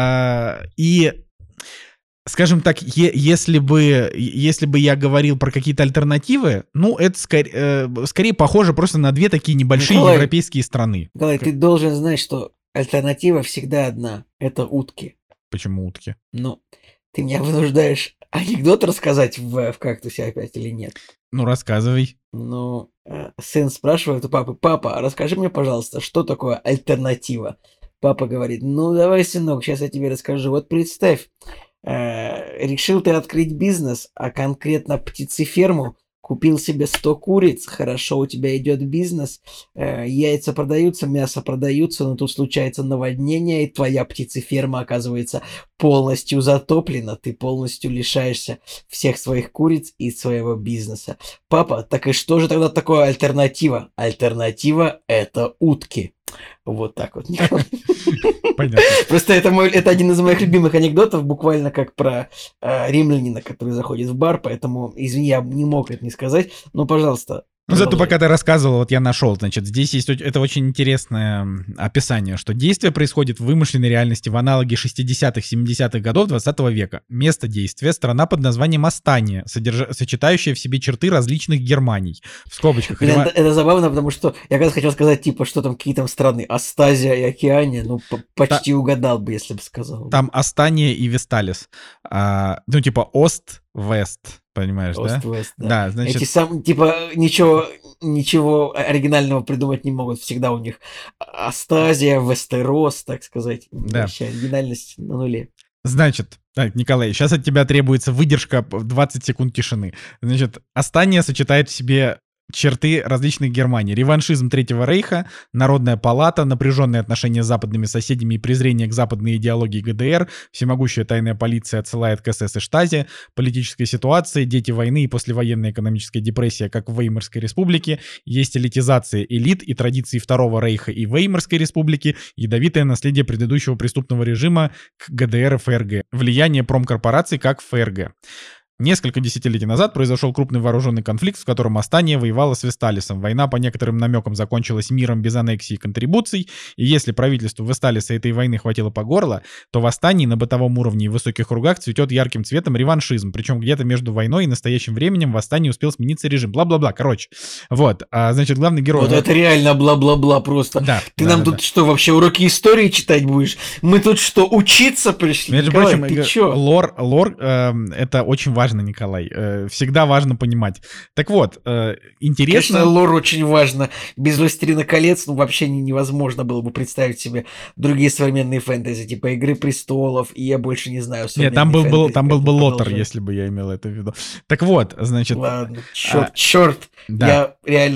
И, скажем так, если бы я говорил про какие-то альтернативы, ну, это скорее похоже просто на две такие небольшие европейские страны. Николай, ты должен знать, что альтернатива всегда одна. Это утки. Почему утки? Ну, ты меня вынуждаешь анекдот рассказать в «Кактусе» опять или нет? Ну, рассказывай. Ну, сын спрашивает у папы: «Папа, расскажи мне, пожалуйста, что такое альтернатива?» Папа говорит: «Ну, давай, сынок, сейчас я тебе расскажу. Вот представь, решил ты открыть бизнес, а конкретно птицеферму, купил себе 100 куриц, хорошо у тебя идет бизнес, яйца продаются, мясо продаются, но тут случается наводнение, и твоя птицеферма оказывается полностью затоплена, ты полностью лишаешься всех своих куриц и своего бизнеса. Папа, так и что же тогда такое альтернатива? Альтернатива – это утки». Вот так вот, Николай. Понятно. Просто это один из моих любимых анекдотов, буквально как про римлянина, который заходит в бар, поэтому, извини, я не мог это не сказать, но, пожалуйста. Ну, зато пока ты рассказывал, вот я нашел, значит, здесь есть, это очень интересное описание, что действие происходит в вымышленной реальности в аналоге 60-х, 70-х годов 20 века. Место действия — страна под названием Астания, сочетающая в себе черты различных Германий. В скобочках. Это забавно, потому что я как раз хотел сказать, типа, что там какие там страны, Астазия и Океания, ну, почти угадал бы, если бы сказал. Там Астания и Весталис. Ну, типа, Ост-Вест. Понимаешь, да? Ост-Вест, да. Да, значит... Эти типа, ничего оригинального придумать не могут. Всегда у них Астазия, Вестерос, так сказать. Да. Вообще оригинальность на нуле. Значит, так, Николай, сейчас от тебя требуется выдержка в 20 секунд тишины. Значит, Астания сочетает в себе черты различных Германий. Реваншизм Третьего Рейха, Народная палата, напряженные отношения с западными соседями и презрение к западной идеологии ГДР, всемогущая тайная полиция отсылает к СС и Штази, политическая ситуация, дети войны и послевоенная экономическая депрессия, как в Веймарской республике, есть элитизация элит и традиции Второго Рейха и Веймарской республики, ядовитое наследие предыдущего преступного режима к ГДР и ФРГ, влияние промкорпораций как в ФРГ. Несколько десятилетий назад произошел крупный вооруженный конфликт, в котором Астания воевала с Весталисом. Война по некоторым намекам закончилась миром без аннексии и контрибуций, и если правительству Весталиса этой войны хватило по горло, то в Астании на бытовом уровне и в высоких кругах цветет ярким цветом реваншизм, причем где-то между войной и настоящим временем в Астании успел смениться режим. Бла-бла-бла, короче. Вот, значит, главный герой... Вот это реально бла-бла-бла просто. Да, ты нам тут что, вообще уроки истории читать будешь? Мы тут что, учиться пришли? Между Николай, прочим, ты чё? лор это очень важно, Николай. Всегда важно понимать. Так вот, интересно... Конечно, лор очень важно. Без «Властелина колец» вообще невозможно было бы представить себе другие современные фэнтези, типа «Игры престолов», и я больше не знаю. Нет, там был бы Лотар, если бы я имел это в виду. Так вот, значит... Ладно, черт. Да.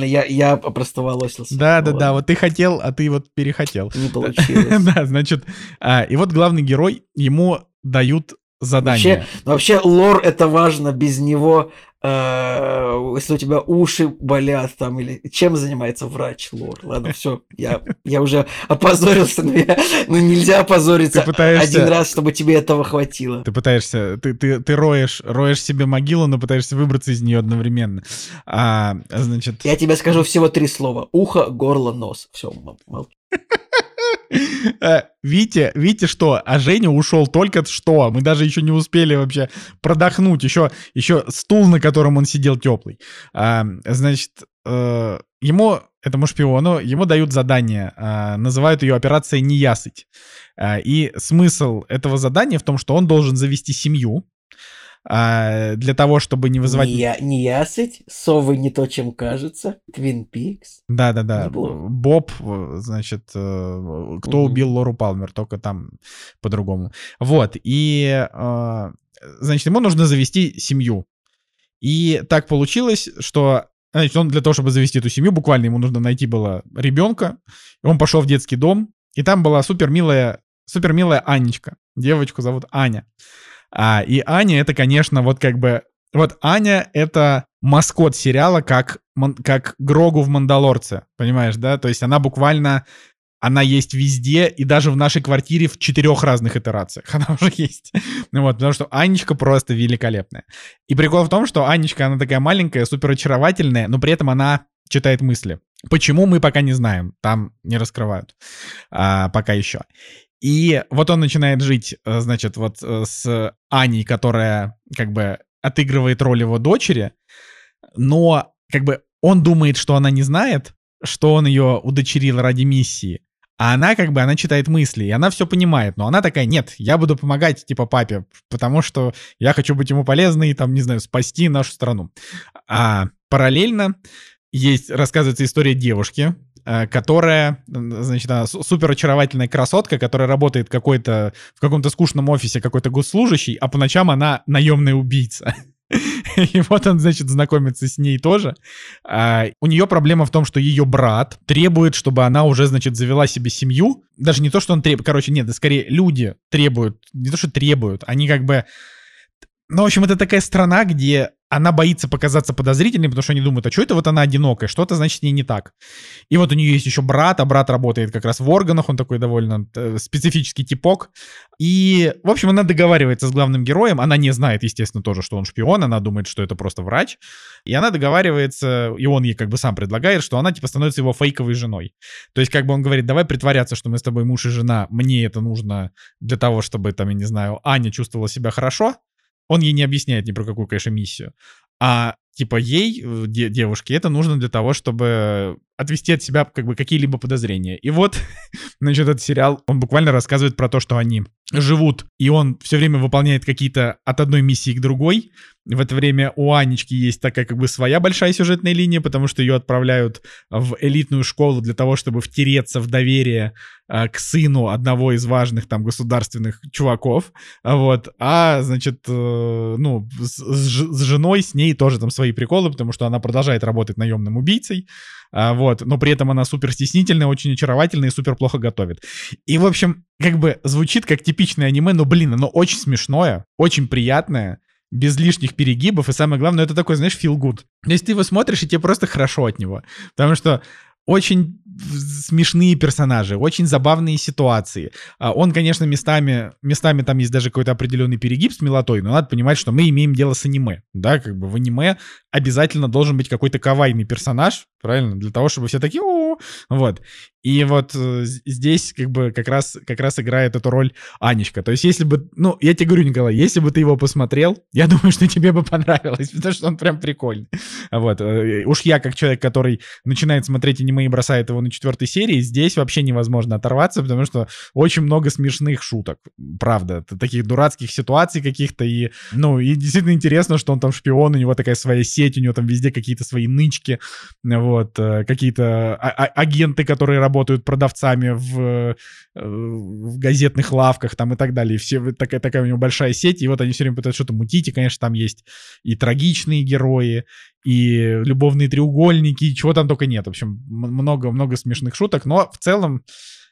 Я опростоволосился. Да, вот ты хотел, а ты вот перехотел. Не получилось. Да, значит, и вот главный герой, ему дают задание. Вообще лор это важно, без него, если у тебя уши болят там, или чем занимается врач, лор. Ладно, все, я уже опозорился, но нельзя опозориться один раз, чтобы тебе этого хватило. Ты пытаешься, ты роешь себе могилу, но пытаешься выбраться из нее одновременно. Значит... Я тебе скажу всего 3 слова: ухо, горло, нос. Все, молчу. Видите что? А Женя ушел только что. Мы даже еще не успели вообще продохнуть. Еще стул, на котором он сидел, теплый. Значит, этому шпиону, ему дают задание. Называют ее операция «Неясыть». И смысл этого задания в том, что он должен завести семью. Для того, чтобы не вызывать... Неясыть, совы не то, чем кажется, Твин Пикс. Да. Боб, значит, кто убил Лору Палмер, только там по-другому. Вот, и, значит, ему нужно завести семью. И так получилось, что, значит, он для того, чтобы завести эту семью, буквально ему нужно найти было ребенка. Он пошел в детский дом, и там была супермилая Анечка. Девочку зовут Аня. И Аня это, конечно, вот как бы... Вот Аня — это маскот сериала, как Грогу в «Мандалорце», понимаешь, да? То есть она буквально... Она есть везде, и даже в нашей квартире в 4 разных итерациях она уже есть. Вот, потому что Анечка просто великолепная. И прикол в том, что Анечка, она такая маленькая, супер очаровательная, но при этом она читает мысли. Почему, мы пока не знаем, там не раскрывают пока еще. И вот он начинает жить, значит, вот с Аней, которая как бы отыгрывает роль его дочери, но как бы он думает, что она не знает, что он ее удочерил ради миссии. А она как бы, она читает мысли, и она все понимает, но она такая: нет, я буду помогать, типа, папе, потому что я хочу быть ему полезной и, там, не знаю, спасти нашу страну. А параллельно рассказывается история девушки, которая, значит, она супер очаровательная красотка, которая работает в каком-то скучном офисе, какой-то госслужащий, а по ночам она наемная убийца. И вот он, значит, знакомится с ней тоже. У нее проблема в том, что ее брат требует, чтобы она уже, значит, завела себе семью. Даже не то, что он требует. Короче, нет, скорее люди требуют. Не то, что требуют. Они как бы... Ну, в общем, это такая страна, где она боится показаться подозрительной, потому что они думают: а что это вот она одинокая? Что-то, значит, с ней не так. И вот у нее есть еще брат, а брат работает как раз в органах, он такой довольно специфический типок. И, в общем, она договаривается с главным героем, она не знает, естественно, тоже, что он шпион, она думает, что это просто врач. И она договаривается, и он ей как бы сам предлагает, что она, типа, становится его фейковой женой. То есть, как бы он говорит: давай притворяться, что мы с тобой муж и жена, мне это нужно для того, чтобы, там, я не знаю, Аня чувствовала себя хорошо. Он ей не объясняет ни про какую, конечно, миссию. А типа ей, девушке, это нужно для того, чтобы отвести от себя как бы какие-либо подозрения. И вот, значит, этот сериал, он буквально рассказывает про то, что они живут, и он все время выполняет какие-то от одной миссии к другой. В это время у Анечки есть такая как бы своя большая сюжетная линия, потому что ее отправляют в элитную школу для того, чтобы втереться в доверие к сыну одного из важных там государственных чуваков. Вот. А, значит, ну, с женой, с ней тоже там свои приколы, потому что она продолжает работать наемным убийцей. Вот, но при этом она супер стеснительная, очень очаровательная и супер плохо готовит. И, в общем, как бы звучит как типичное аниме, но, блин, оно очень смешное, очень приятное, без лишних перегибов, и самое главное, это такой, знаешь, feel good. То есть ты его смотришь, и тебе просто хорошо от него, потому что очень смешные персонажи, очень забавные ситуации. Он, конечно, местами там есть даже какой-то определенный перегиб с милотой, но надо понимать, что мы имеем дело с аниме, да, как бы в аниме обязательно должен быть какой-то кавайный персонаж, правильно, для того, чтобы все такие: о-о-о! Вот. И вот здесь как раз играет эту роль Анечка. То есть если бы, ну, я тебе говорю, Николай, если бы ты его посмотрел, я думаю, что тебе бы понравилось, потому что он прям прикольный. Вот. Уж я, как человек, который начинает смотреть аниме и бросает его на 4-й серии, здесь вообще невозможно оторваться, потому что очень много смешных шуток, правда, таких дурацких ситуаций каких-то, и, ну, и действительно интересно, что он там шпион, у него такая своя сеть, у него там везде какие-то свои нычки, вот, какие-то агенты, которые работают продавцами в газетных лавках там и так далее, все, такая у него большая сеть, и вот они все время пытаются что-то мутить, и, конечно, там есть и трагичные герои, и любовные треугольники, и чего там только нет. В общем, много смешных шуток, но в целом,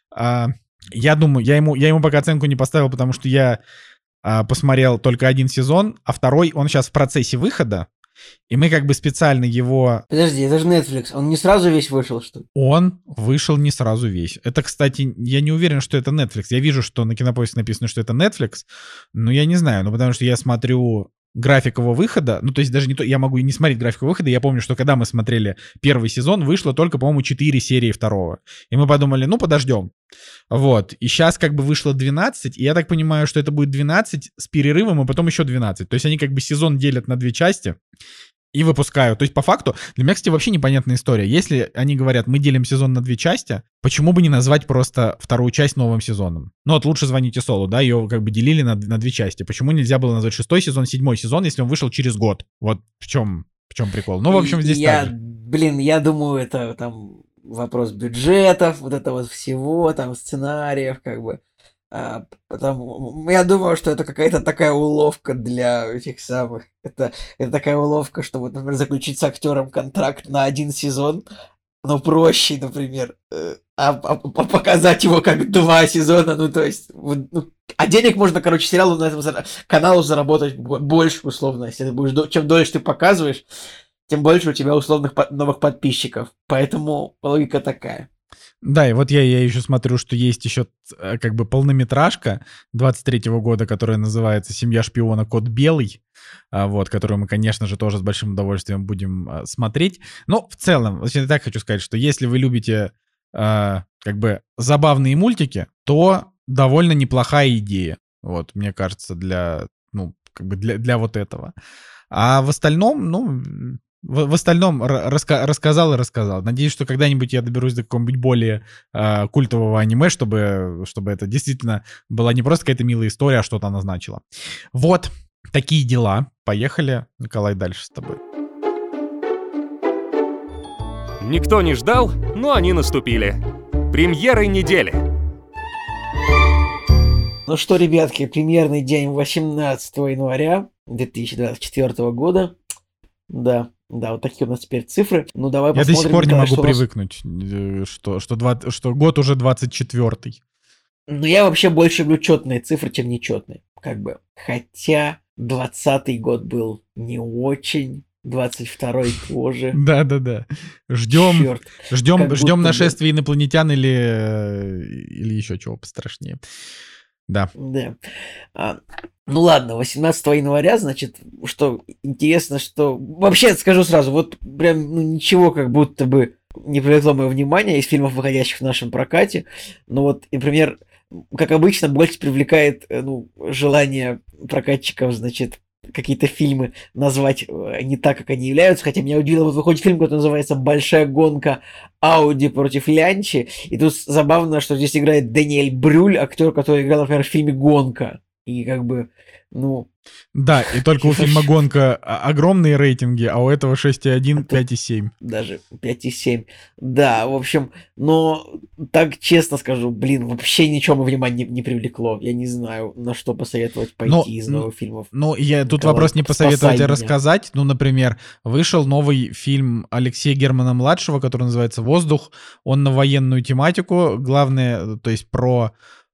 я думаю, я ему пока оценку не поставил, потому что я посмотрел только 1 сезон, а 2-й, он сейчас в процессе выхода, и мы как бы специально его... Подожди, это же Netflix, он не сразу весь вышел, что ли? Он вышел не сразу весь. Это, кстати, я не уверен, что это Netflix. Я вижу, что на Кинопоиске написано, что это Netflix, но я не знаю, ну потому что я смотрю график его выхода, ну то есть даже не то, я могу и не смотреть график выхода, я помню, что когда мы смотрели 1-й сезон, вышло только, по-моему, 4 серии 2-го, и мы подумали: ну подождем. Вот, и сейчас как бы вышло 12, и я так понимаю, что это будет 12 с перерывом, и потом еще 12, то есть они как бы сезон делят на 2 части и выпускают. То есть, по факту, для меня, кстати, вообще непонятная история. Если они говорят: мы делим сезон на 2 части, почему бы не назвать просто 2-ю часть новым сезоном? Ну вот «Лучше звоните Солу», да, ее как бы делили на 2 части. Почему нельзя было назвать 6-й сезон, 7-й сезон, если он вышел через год? Вот в чем прикол. Ну, в общем, здесь так же. Блин, я думаю, это там вопрос бюджетов, вот это вот всего, там, сценариев, как бы. Потому я думаю, что это какая-то такая уловка для этих самых. Это такая уловка, что вот, например, заключить с актером контракт на 1 сезон, но проще, например, показать его как 2 сезона, ну то есть, ну, а денег можно, короче, сериалу на этом каналу заработать больше, условно, если ты будешь, чем дольше ты показываешь, тем больше у тебя условных новых подписчиков. Поэтому логика такая. Да, и вот я еще смотрю, что есть еще как бы полнометражка 23-го года, которая называется «Семья шпиона. Кот белый», вот, которую мы, конечно же, тоже с большим удовольствием будем смотреть. Но в целом, я так хочу сказать, что если вы любите как бы забавные мультики, то довольно неплохая идея, вот, мне кажется, для, ну, как бы для вот этого. А в остальном, ну... В остальном рассказал и рассказал. Надеюсь, что когда-нибудь я доберусь до какого-нибудь более культового аниме, чтобы это действительно была не просто какая-то милая история, а что-то она значила. Вот, такие дела. Поехали, Николай, дальше с тобой. Никто не ждал, но они наступили. Премьеры недели. Ну что, ребятки, премьерный день 18 января 2024 года. Да, вот такие у нас теперь цифры. Ну, давай посмотрим. Я до сих пор не могу привыкнуть, что год уже 24-й. Ну, я вообще больше люблю четные цифры, чем нечетные. Как бы. Хотя 20-й год был не очень, 22-й тоже. Да. Ждем нашествия инопланетян или еще чего пострашнее. Да. Ну ладно, 18 января, значит, что интересно, что... Вообще, скажу сразу, вот прям ничего как будто бы не привлекло мое внимание из фильмов, выходящих в нашем прокате. Но вот, например, как обычно, больше привлекает желание прокатчиков, значит, какие-то фильмы назвать не так, как они являются. Хотя меня удивило, вот выходит фильм, который называется «Большая гонка Ауди против Лянчи». И тут забавно, что здесь играет Даниэль Брюль, актер, который играл, например, в фильме «Гонка». И как бы, Да, и только у фильма «Гонка» огромные рейтинги, а у этого 6,1, 5,7. Даже 5,7. Да, в общем, но так честно скажу, вообще ничего мы внимания не привлекло. Я не знаю, на что посоветовать пойти из новых фильмов. Тут вопрос не посоветовать, а рассказать. Ну, например, вышел новый фильм Алексея Германа-младшего, который называется «Воздух». Он на военную тематику. Главное, то есть про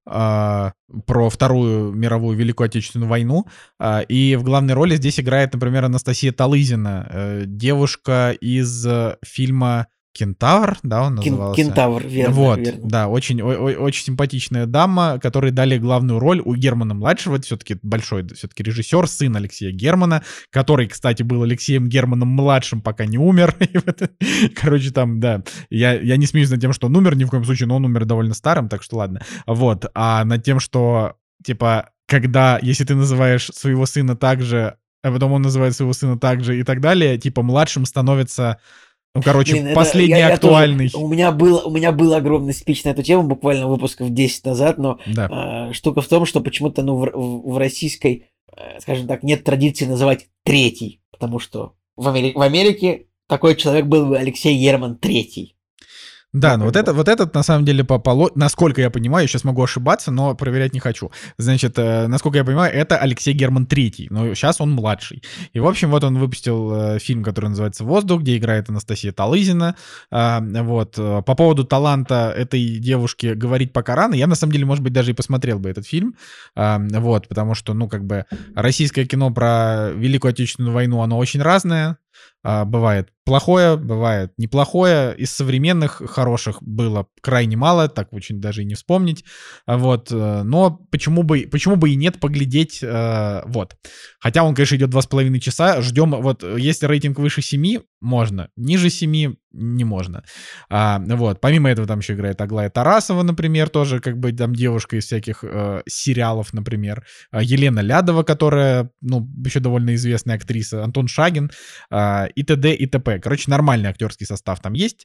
Вторую мировую Великую Отечественную войну. И в главной роли здесь играет, например, Анастасия Талызина, девушка из фильма «Кентавр», да, он назывался? «Кентавр», верно. Вот, верно. Да, очень симпатичная дама, которой дали главную роль у Германа-младшего. Это все-таки большой режиссер, сын Алексея Германа, который, кстати, был Алексеем Германом-младшим, пока не умер. Короче, там, да, я не смеюсь над тем, что он умер ни в коем случае, но он умер довольно старым, так что ладно. Вот, а над тем, что, типа, если ты называешь своего сына так же, а потом он называет своего сына так же и так далее, типа, младшим становится... последний актуальный. У меня был огромный спич на эту тему, буквально выпусков 10 назад, но штука в том, что почему-то в российской, скажем так, нет традиции называть третий, потому что в Америке такой человек был бы Алексей Герман третий. Да, но вот этот, на самом деле, насколько я понимаю, я сейчас могу ошибаться, но проверять не хочу. Значит, насколько я понимаю, это Алексей Герман III, но сейчас он младший. И, в общем, вот он выпустил фильм, который называется «Воздух», где играет Анастасия Талызина. Вот. По поводу таланта этой девушки говорить пока рано. Я, на самом деле, может быть, даже и посмотрел бы этот фильм. Вот, потому что, российское кино про Великую Отечественную войну, оно очень разное. Бывает плохое, бывает неплохое. Из современных хороших было крайне мало, так очень даже и не вспомнить. Вот. Но почему бы и нет поглядеть. Вот. Хотя он, конечно, идет 2,5 часа. Ждем, вот, если рейтинг выше 7, можно. Ниже 7 не можно. Вот. Помимо этого там еще играет Аглая Тарасова, например, тоже как бы там девушка из всяких сериалов, например. Елена Лядова, которая, еще довольно известная актриса. Антон Шагин. И т.д. и т.п. Короче, нормальный актерский состав там есть.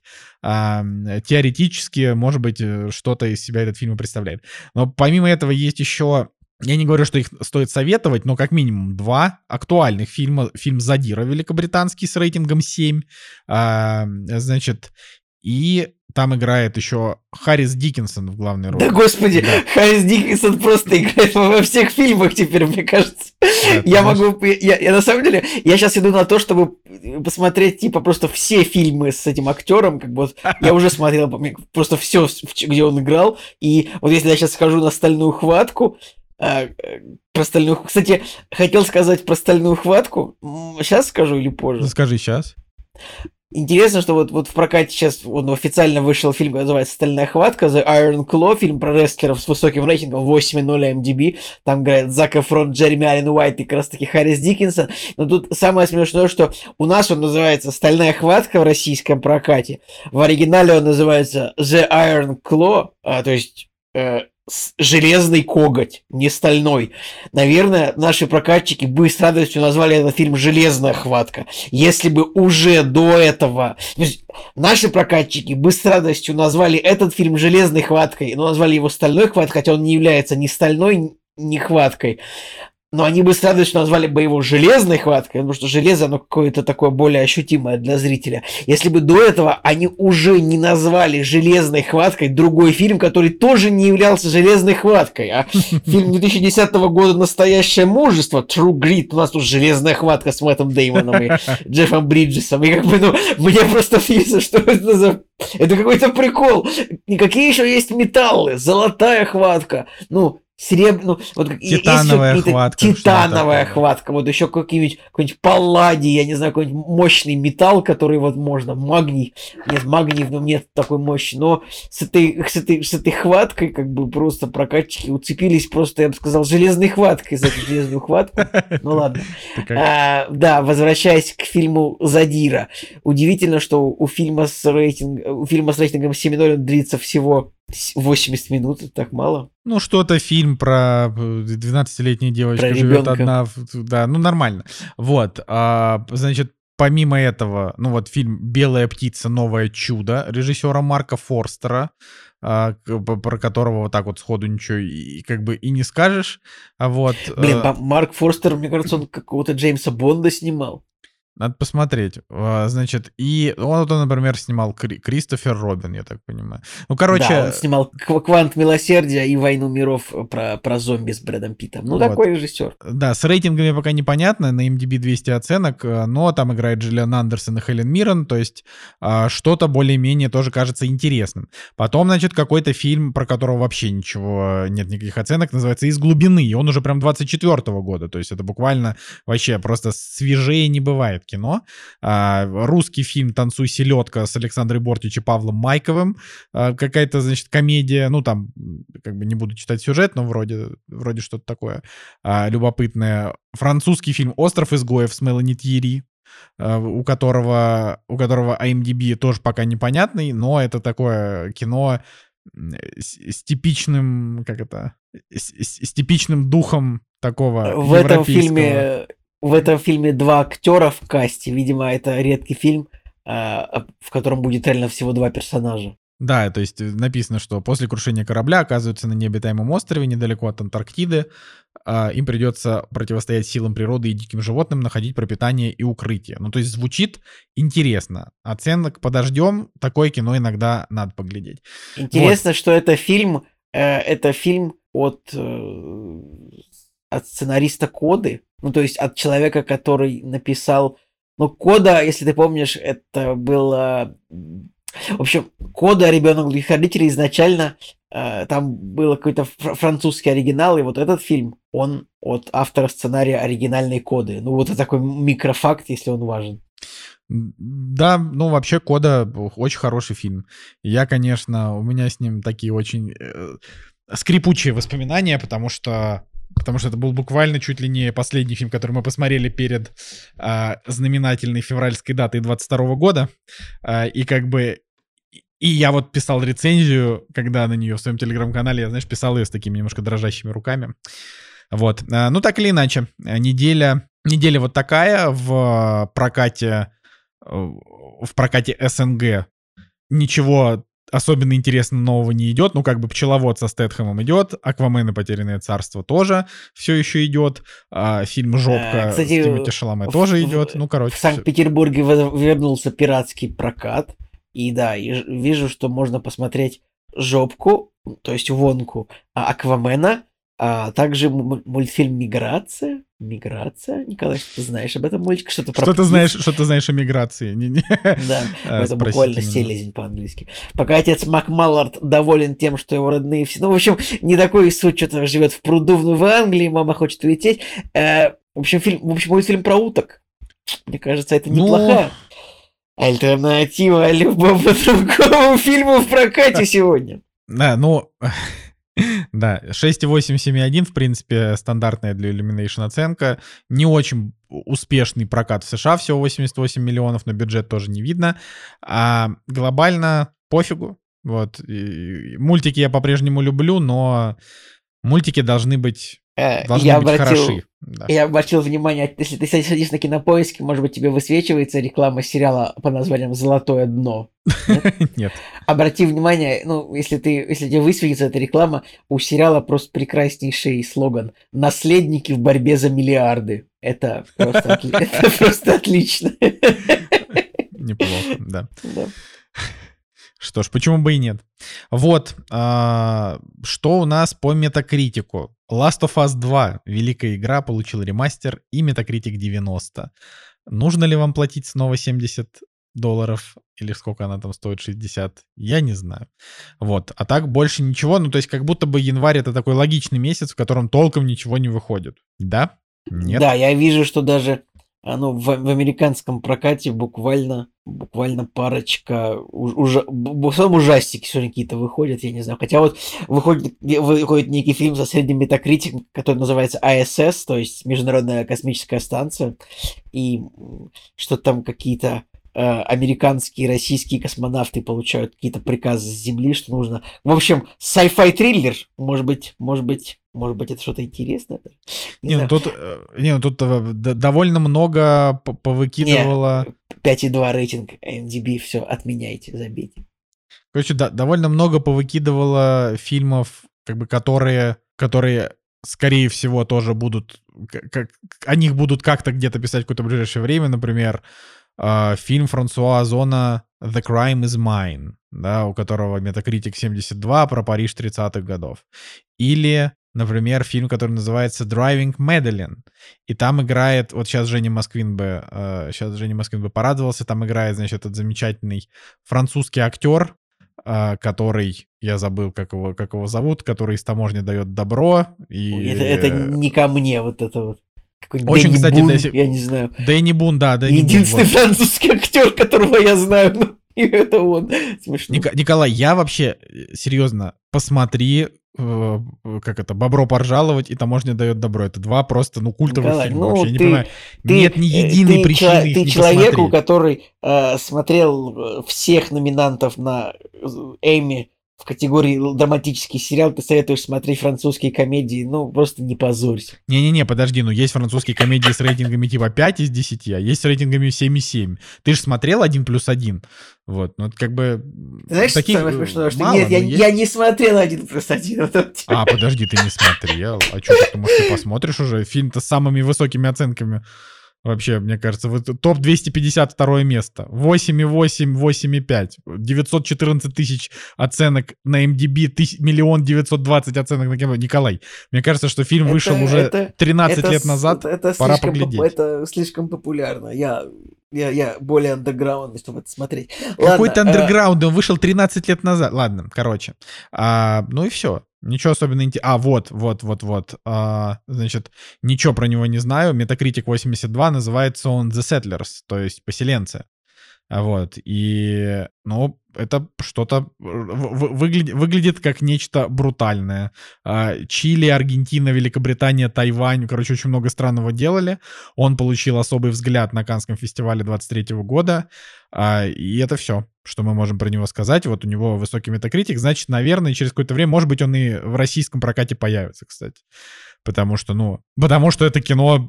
Теоретически, может быть, что-то из себя этот фильм представляет. Но помимо этого есть еще... Я не говорю, что их стоит советовать, но как минимум 2 актуальных фильма. Фильм «Задира» великобританский с рейтингом 7. Значит, и там играет еще Харрис Диккинсон в главной роли. Да господи, да. Харрис Диккинсон просто играет во всех фильмах теперь, мне кажется. Да, я на самом деле, я сейчас иду на то, чтобы посмотреть, типа, просто все фильмы с этим актером, как бы вот, я уже смотрел просто все, где он играл, и вот если я сейчас схожу на «Стальную хватку», кстати, хотел сказать про «Стальную хватку», сейчас скажу или позже? Скажи сейчас. Интересно, что вот в прокате сейчас он официально вышел фильм, который называется «Стальная хватка», The Iron Claw, фильм про рестлеров с высоким рейтингом, 8.0 MDB. Там играет Зак Эфрон, Джереми Аллен Уайт и как раз таки Харрис Диккинсон. Но тут самое смешное, что у нас он называется «Стальная хватка» в российском прокате. В оригинале он называется The Iron Claw, то есть железный коготь, не стальной. Наверное, наши прокатчики бы с радостью назвали этот фильм «Железная хватка». Если бы уже до этого... Наши прокатчики бы с радостью назвали этот фильм «Железной хваткой», но назвали его «Стальной хваткой», хотя он не является ни стальной, ни хваткой. Но они бы с радостью назвали бы его «Железной хваткой», потому что железо, оно какое-то такое более ощутимое для зрителя. Если бы до этого они уже не назвали «Железной хваткой» другой фильм, который тоже не являлся «Железной хваткой», а фильм 2010 года «Настоящее мужество», True Grit, у нас тут «Железная хватка» с Мэттом Деймоном и Джеффом Бриджесом. И как бы, мне просто видится, что это за... Это какой-то прикол. И какие еще есть металлы? Золотая хватка. Титановая хватка. Титановая хватка. Вот еще какой-нибудь палладий, я не знаю, какой-нибудь мощный металл, который вот можно. Магний. Нет, магний в нем нет такой мощи. Но с этой хваткой как бы просто прокатчики уцепились просто, я бы сказал, железной хваткой за эту железную хватку. Ну ладно. Да, возвращаясь к фильму «Задира». Удивительно, что у фильма с рейтингом 7.0 он длится всего 80 минут, это так мало. Ну, что-то фильм про 12-летнюю девочку про живет ребенка. одна. Да, ну нормально. Вот. Значит, помимо этого, ну вот фильм «Белая птица. Новое чудо» режиссера Марка Форстера, про которого вот так вот сходу ничего и как бы и не скажешь. Вот. Блин, Марк Форстер, мне кажется, он какого-то Джеймса Бонда снимал. Надо посмотреть. Значит, и он, например, снимал Кристофер Робин, я так понимаю. Ну, короче... Да, он снимал «Квант милосердия» и «Войну миров» про зомби с Брэдом Питтом. Ну, вот. Такой режиссер. Да, с рейтингами пока непонятно, на IMDb 200 оценок, но там играет Джиллиан Андерсон и Хелен Миррен, то есть что-то более-менее тоже кажется интересным. Потом, значит, какой-то фильм, про которого вообще ничего, нет никаких оценок, называется «Из глубины», и он уже прям 24-го года, то есть это буквально вообще просто свежее не бывает кино. Русский фильм «Танцуй, селедка» с Александрой Бортич и Павлом Майковым. Какая-то, значит, комедия. Ну, там, как бы не буду читать сюжет, но вроде что-то такое любопытное. Французский фильм «Остров изгоев» с Мелани Тьерри, у которого IMDb тоже пока непонятный, но это такое кино с типичным, с типичным духом такого европейского. В этом фильме 2 актера в касте. Видимо, это редкий фильм, в котором будет реально всего 2 персонажа. Да, то есть написано, что после крушения корабля оказываются на необитаемом острове недалеко от Антарктиды. Им придется противостоять силам природы и диким животным, находить пропитание и укрытие. Ну, то есть звучит интересно. Оценок подождем. Такое кино иногда надо поглядеть. Интересно, вот. Что это фильм от сценариста «Коды». Ну, то есть от человека, который написал... Ну, «Кода», если ты помнишь, это было... В общем, «Кода. Ребенок других родителей» изначально там был какой-то французский оригинал, и вот этот фильм, он от автора сценария оригинальной «Коды». Ну, вот это такой микрофакт, если он важен. Да, ну, вообще «Кода» очень хороший фильм. Я, конечно, у меня с ним такие очень скрипучие воспоминания, потому что это был буквально чуть ли не последний фильм, который мы посмотрели перед знаменательной февральской датой 22 года. И как бы... И я вот писал рецензию, когда на нее в своем телеграм-канале, я, знаешь, писал ее с такими немножко дрожащими руками. Вот. Ну, так или иначе, неделя вот такая в прокате СНГ. Ничего особенно интересно нового не идет. Ну, как бы «Пчеловод» со Стэтхэмом идет, «Аквамен и потерянное царство» тоже все еще идет, фильм «Жопка» с Тимоти Шаламе тоже идет. Ну, короче. В Санкт-Петербурге вернулся пиратский прокат. И да, вижу, что можно посмотреть «Жопку», то есть «Вонку», «Аквамена», а также мультфильм «Миграция». «Миграция»? Николай, что ты знаешь об этом мультике? Что ты знаешь о миграции? Да, это буквально селезень по-английски. Пока отец Макмаллард доволен тем, что его родные все... Ну, в общем, не такой суть, что-то живет в пруду в Англии, мама хочет улететь. В общем, мультфильм про уток. Мне кажется, это неплохая. Альтернатива любому другому фильму в прокате сегодня. Да, ну, да, 6,8, 7,1, в принципе, стандартная для Illumination оценка. Не очень успешный прокат в США, всего 88 миллионов, но бюджет тоже не видно. А глобально пофигу. Вот. И мультики я по-прежнему люблю, но мультики должны быть хороши. Да. Я обратил внимание, если ты сидишь на Кинопоиске, может быть, тебе высвечивается реклама сериала под названием «Золотое дно». Нет. Обрати внимание, ну, если тебе высветится эта реклама, у сериала просто прекраснейший слоган «Наследники в борьбе за миллиарды». Это просто отлично. Неплохо, да. Что ж, почему бы и нет? Вот, что у нас по метакритику. Last of Us 2, великая игра, получил ремастер и метакритик 90. Нужно ли вам платить снова $70? Или сколько она там стоит, 60? Я не знаю. Вот, а так больше ничего. Ну, то есть как будто бы январь — это такой логичный месяц, в котором толком ничего не выходит. Да? Нет? Да, я вижу, что даже в американском прокате буквально парочка, в основном ужастики сегодня какие-то выходят, я не знаю. Хотя вот выходит некий фильм со средним метакритиком, который называется ISS, то есть Международная космическая станция, и что там какие-то американские и российские космонавты получают какие-то приказы с Земли, что нужно... В общем, sci-fi триллер, может быть, это что-то интересное. Тут довольно много повыкидывало... 5,2 рейтинг IMDb, все, отменяйте, забейте. Короче, довольно много повыкидывало фильмов, как бы, которые, скорее всего, тоже будут... О них будут как-то где-то писать в какое-то ближайшее время, например... фильм Франсуа Озона «The Crime is Mine», да, у которого метакритик 72, про Париж 30-х годов. Или, например, фильм, который называется «Driving Madeline». И там играет, вот сейчас Женя Москвин бы порадовался, там играет, значит, этот замечательный французский актер, который, я забыл, как его зовут, который из таможни дает добро. И... Это не ко мне, вот это вот. Очень, Дэнни кстати, Бун, я не знаю. Дэнни Бун, да. Единственный французский актер, которого я знаю, и это он. Смешно. Николай, я вообще, серьезно, посмотри, «Бобро поржаловать» и «Таможня дает добро». Это два просто, культовых фильма. Вообще, я не понимаю. Нет ни единой причины их не человеку, посмотреть. который смотрел всех номинантов на Эмми в категории драматический сериал, ты советуешь смотреть французские комедии, просто не позорься. Не-не-не, подожди, есть французские комедии с рейтингами типа 5 из 10, а есть с рейтингами 7,7. Ты же смотрел 1+1? Вот, это как бы... Знаешь, таких самое смешное, что мало, нет, я не смотрел 1+1. Подожди, ты не смотрел. А что, ты, может, ты посмотришь уже? Фильм-то с самыми высокими оценками. Вообще, мне кажется, топ 252 место. 8,8, 8,5. 914 тысяч оценок на MDB, 1 920 оценок на кино. Николай, мне кажется, что фильм вышел уже 13 лет назад. Пора поглядеть. Это слишком популярно. Я более андерграундный, чтобы это смотреть. Какой-то андерграунд, он вышел 13 лет назад. Ладно, короче. И все. Ничего особенно интересного. Значит, ничего про него не знаю. Метакритик 82, называется он The Settlers, то есть поселенцы. Вот. И, это что-то выглядит как нечто брутальное. Чили, Аргентина, Великобритания, Тайвань. Короче, очень много странного делали. Он получил особый взгляд на Каннском фестивале 23 года. И это все, что мы можем про него сказать. Вот у него высокий метакритик. Значит, наверное, через какое-то время, может быть, он и в российском прокате появится, кстати. Потому что это кино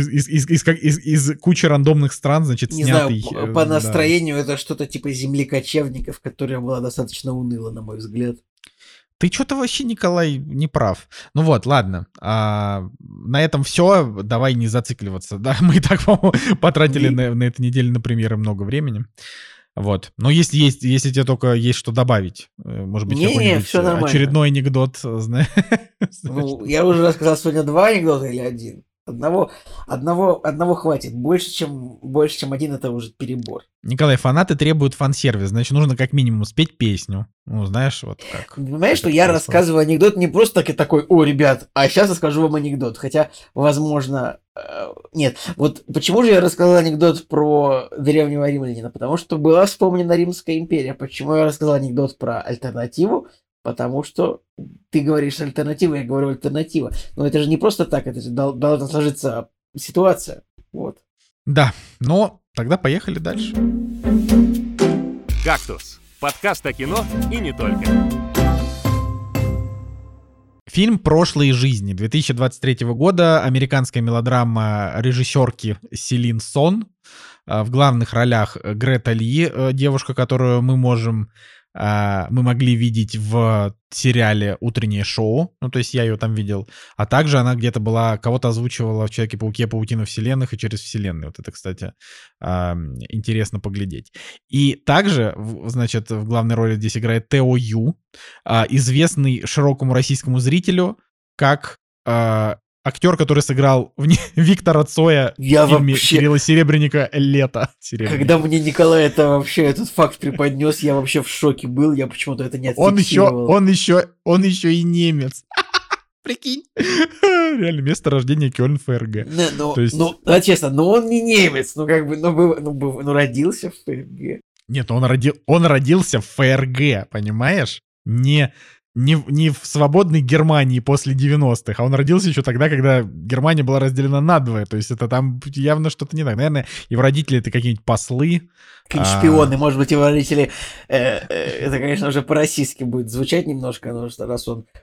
из кучи рандомных стран, значит, не снятый... знаю, по настроению это что-то типа «Земли кочевников», которая была достаточно уныла, на мой взгляд. Ты что-то вообще, Николай, не прав. Ладно. На этом все. Давай не зацикливаться. Да, мы и так, по-моему, потратили на этой неделе на премьеры много времени. Вот. Но если тебе только есть что добавить, может быть, какой-нибудь очередной анекдот, знаешь. Я уже рассказал сегодня 2 анекдота или 1? Одного хватит. Больше, чем один, это уже перебор. Николай, фанаты требуют фан-сервис, значит, нужно как минимум спеть песню. Ну, знаешь, вот как. Понимаешь, что я рассказываю анекдот не просто такой, о, ребят, а сейчас расскажу вам анекдот. Хотя, возможно... Нет, вот почему же я рассказал анекдот про древнего римлянина? Потому что была вспомнена Римская империя. Почему я рассказал анекдот про альтернативу? Потому что ты говоришь альтернатива, я говорю альтернатива. Но это же не просто так, это же должна сложиться ситуация. Вот. Да, но тогда поехали дальше. «Кактус» — подкаст о кино и не только. Фильм «Прошлые жизни» 2023 года, американская мелодрама режиссерки Селин Сон. В главных ролях Грета Ли, девушка, которую мы могли видеть в сериале «Утреннее шоу», ну, то есть я ее там видел, а также она где-то кого-то озвучивала в «Человеке-пауке. Паутина вселенных» и «Через вселенные». Вот это, кстати, интересно поглядеть. И также, значит, в главной роли здесь играет Тео Ю, известный широкому российскому зрителю как актер, который сыграл Виктора Цоя в фильме Кирилла Серебряника «Лето». Когда мне Николай этот факт преподнес, я вообще в шоке был, я почему-то это не отфиксировал. Он еще и немец. Прикинь. Реально, место рождения Кёльн ФРГ. Честно, он не немец, родился в ФРГ. Нет, он родился в ФРГ, понимаешь? Не в свободной Германии после 90-х, а он родился еще тогда, когда Германия была разделена надвое. То есть это там явно что-то не так. Наверное, его родители — это какие-нибудь послы. Какие-нибудь шпионы. Может быть, его родители... это, конечно, уже по-российски будет звучать немножко, но что раз он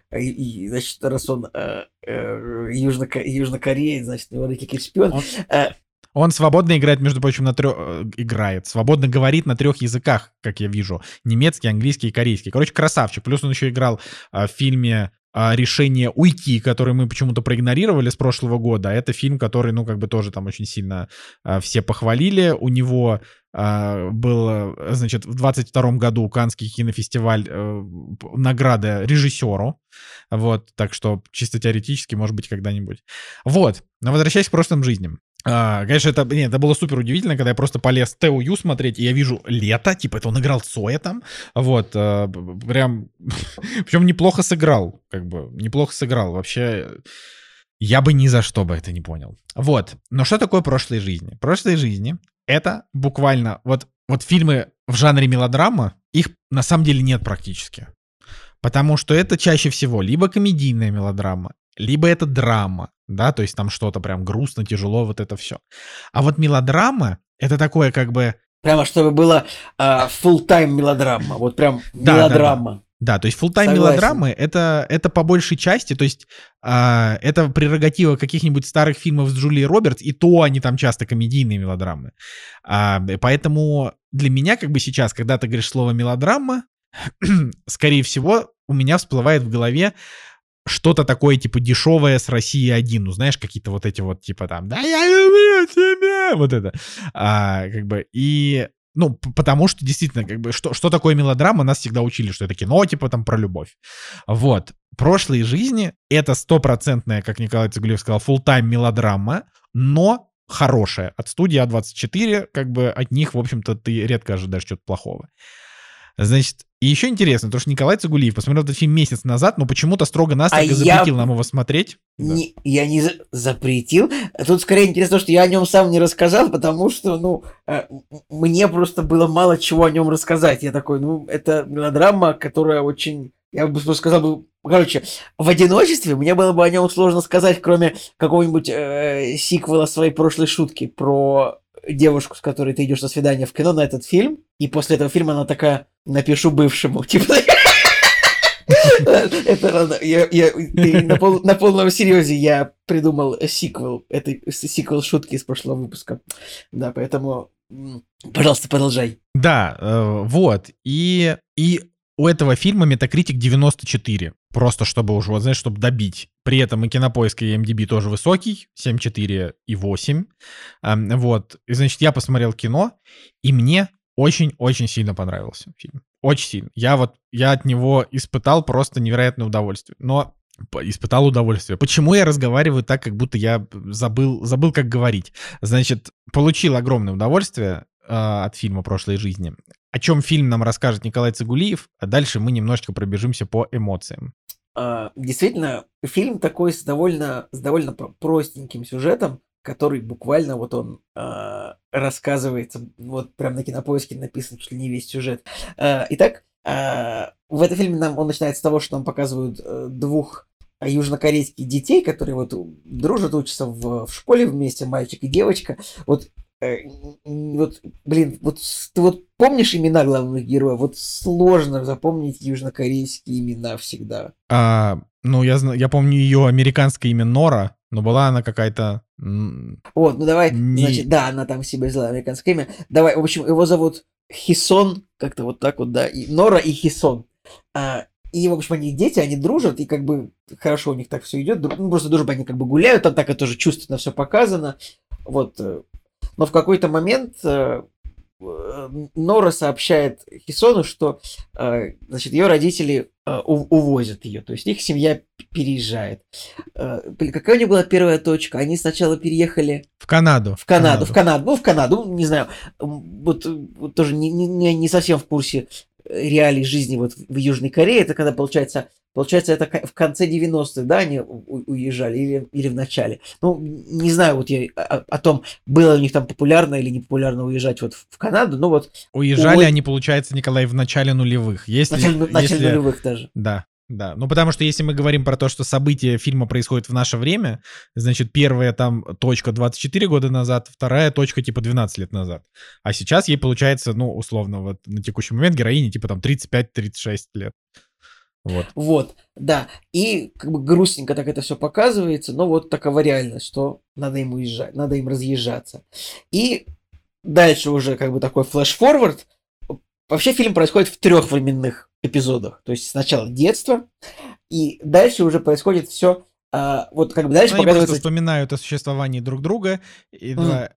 южнокореец, значит, его родители какие-то шпионы. Он свободно играет, между прочим, свободно говорит на 3 языках, как я вижу. Немецкий, английский и корейский. Короче, красавчик. Плюс он еще играл в фильме «Решение уйти», который мы почему-то проигнорировали с прошлого года. Это фильм, который, тоже там очень сильно все похвалили. У него был, значит, в 22-м году Каннский кинофестиваль награда режиссеру. Вот, так что чисто теоретически, может быть, когда-нибудь. Вот, но возвращаясь к прошлым жизням. Конечно, это было супер удивительно, когда я просто полез Тео Ю смотреть, и я вижу «Лето», типа это он играл Цоя там, вот, прям, причем неплохо сыграл, неплохо сыграл, вообще, я бы ни за что бы это не понял. Вот, но что такое «Прошлые жизни»? «Прошлые жизни» — это буквально, вот фильмы в жанре мелодрама, их на самом деле нет практически, потому что это чаще всего либо комедийная мелодрама, либо это драма, да, то есть там что-то прям грустно, тяжело, вот это все. А вот мелодрама — это такое Прямо чтобы было full-time мелодрама, вот прям мелодрама. Да, то есть full-time мелодрамы — это по большей части, то есть это прерогатива каких-нибудь старых фильмов с Джулией Робертс, и то они там часто комедийные мелодрамы. Поэтому для меня сейчас, когда ты говоришь слово «мелодрама», скорее всего, у меня всплывает в голове что-то такое, типа, дешевое с России-1. Ну, знаешь, какие-то вот эти вот, типа, там, да я люблю тебя, вот это. Потому что, действительно, что такое мелодрама, нас всегда учили, что это кино, типа, там, про любовь. Вот. «Прошлые жизни» — это 100%, как Николай Цигулиев сказал, full-time мелодрама, но хорошая. От студии А24, от них, в общем-то, ты редко ожидаешь чего-то плохого. Значит, и еще интересно, потому что Николай Цигулиев посмотрел этот фильм месяц назад, но почему-то строго-настрого запретил нам его смотреть. Я не запретил. Тут скорее интересно, что я о нем сам не рассказал, потому что, мне просто было мало чего о нем рассказать. Я такой, это мелодрама, которая очень... Я бы сказал, в одиночестве мне было бы о нем сложно сказать, кроме какого-нибудь сиквела своей прошлой шутки про девушку, с которой ты идешь на свидание в кино на этот фильм, и после этого фильма она такая: напишу бывшему. Типа, на полном серьезе я придумал сиквел шутки из прошлого выпуска. Да, поэтому, пожалуйста, продолжай. Да, вот. И у этого фильма Metacritic 94. Просто чтобы уже, вот, знаешь, чтобы добить. При этом и Кинопоиск, и IMDb тоже высокий. 7,4 и 8. Вот. И, значит, я посмотрел кино, и мне очень-очень сильно понравился фильм. Очень сильно. Я от него испытал просто невероятное удовольствие. Но испытал удовольствие. Почему я разговариваю так, как будто я забыл, как говорить? Значит, получил огромное удовольствие от фильма «Прошлой жизни». О чем фильм нам расскажет Николай Цигулиев, а дальше мы немножечко пробежимся по эмоциям. Действительно, фильм такой с довольно простеньким сюжетом, который буквально вот он рассказывается, вот прям на Кинопоиске написан чуть ли не весь сюжет. Итак, в этом фильме он начинается с того, что нам показывают двух южнокорейских детей, которые вот дружат, учатся в школе вместе, мальчик и девочка. Блин, ты вот помнишь имена главных героев? Вот сложно запомнить южнокорейские имена всегда. Я помню ее американское имя Нора, но была она какая-то... Давай, значит, да, она там себе взяла американское имя. Давай, в общем, его зовут Хисон, как-то вот так вот, да, и Нора и Хисон. И, в общем, они дети, они дружат, и как бы хорошо у них так все идет. Просто дружба, они как бы гуляют, там так это тоже чувственно все показано. Вот. Но в какой-то момент Нора сообщает Хисону, что значит, ее родители увозят ее, то есть их семья переезжает. Какая у них была первая точка? Они сначала переехали... В Канаду, не знаю, вот тоже не совсем в курсе реалий жизни вот в Южной Корее. Это когда, получается, это в конце 90-х, да, они уезжали или в начале. Ну, не знаю вот я о том, было у них там популярно или не популярно уезжать вот в Канаду, но вот... Уезжали они, получается, Николай, в начале нулевых. В начале нулевых даже. Да. Ну, потому что если мы говорим про то, что события фильма происходят в наше время, значит, первая там точка 24 года назад, вторая точка типа 12 лет назад. А сейчас ей получается, ну, условно, вот на текущий момент героине типа там 35-36 лет. Вот, да. И как бы грустненько так это все показывается, но вот такова реальность, что надо им уезжать, надо им разъезжаться. И дальше уже как бы такой флэш-форвард. Вообще фильм происходит в 3 временных эпизодах. То есть сначала детство, и дальше уже происходит все. Вот как бы дальше они показывается... просто вспоминают о существовании друг друга. И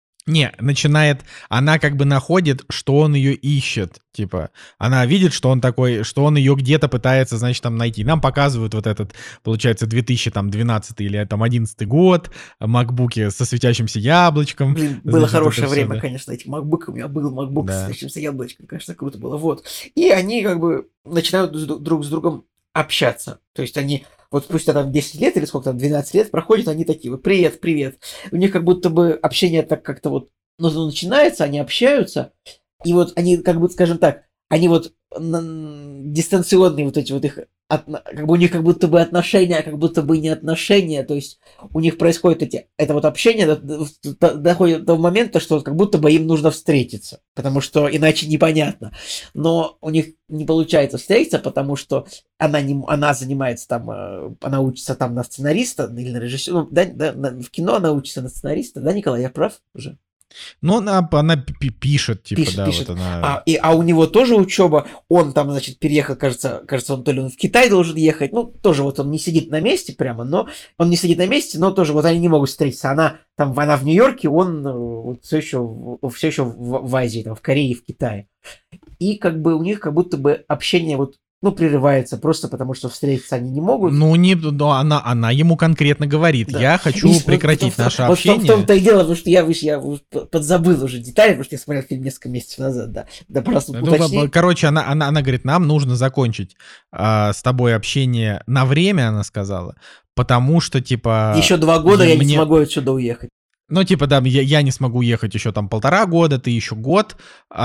она как бы находит, что он ее ищет. Типа, она видит, что он такой, что он ее где-то пытается, значит, там найти. Нам показывают вот этот, получается, 2012 или там 11 год, макбуки со светящимся яблочком. Блин, было хорошее время, конечно, этих макбуков. У меня был макбук со светящимся яблочком. Конечно, круто было. Вот. И они как бы начинают друг с другом общаться. То есть они... Вот спустя там 10 лет или сколько там, 12 лет проходят, они такие, вот, привет. У них как будто бы общение так как-то вот, начинается, они общаются, и вот они, как бы, скажем так, они вот дистанционные вот эти вот их, как бы у них как будто бы отношения, как будто бы не отношения, то есть у них происходит это вот общение, доходит до того момента, что как будто бы им нужно встретиться, потому что иначе непонятно. Но у них не получается встретиться, потому что она занимается там, она учится там на сценариста или на режиссера, в кино она учится на сценариста, да, Николай, я прав уже? Ну, она пишет, типа, пишет. Вот она... А у него тоже учеба, он там, значит, переехал, кажется, он то ли он в Китай должен ехать, ну, тоже вот он не сидит на месте прямо, но но тоже вот они не могут встретиться, она в Нью-Йорке, он все еще в Азии, там, в Корее, в Китае. И как бы у них как будто бы общение вот прерывается просто потому, что встретиться они не могут. Но она ему конкретно говорит, да. Я хочу прекратить наше общение. В том-то и дело, потому что я подзабыл уже детали, потому что я смотрел фильм несколько месяцев назад, да. Просто уточнить. Короче, она говорит, нам нужно закончить с тобой общение на время, она сказала, потому что, типа... Еще 2 года я не смогу отсюда уехать. Ну, типа, да, я не смогу ехать еще там 1,5 года, ты еще год,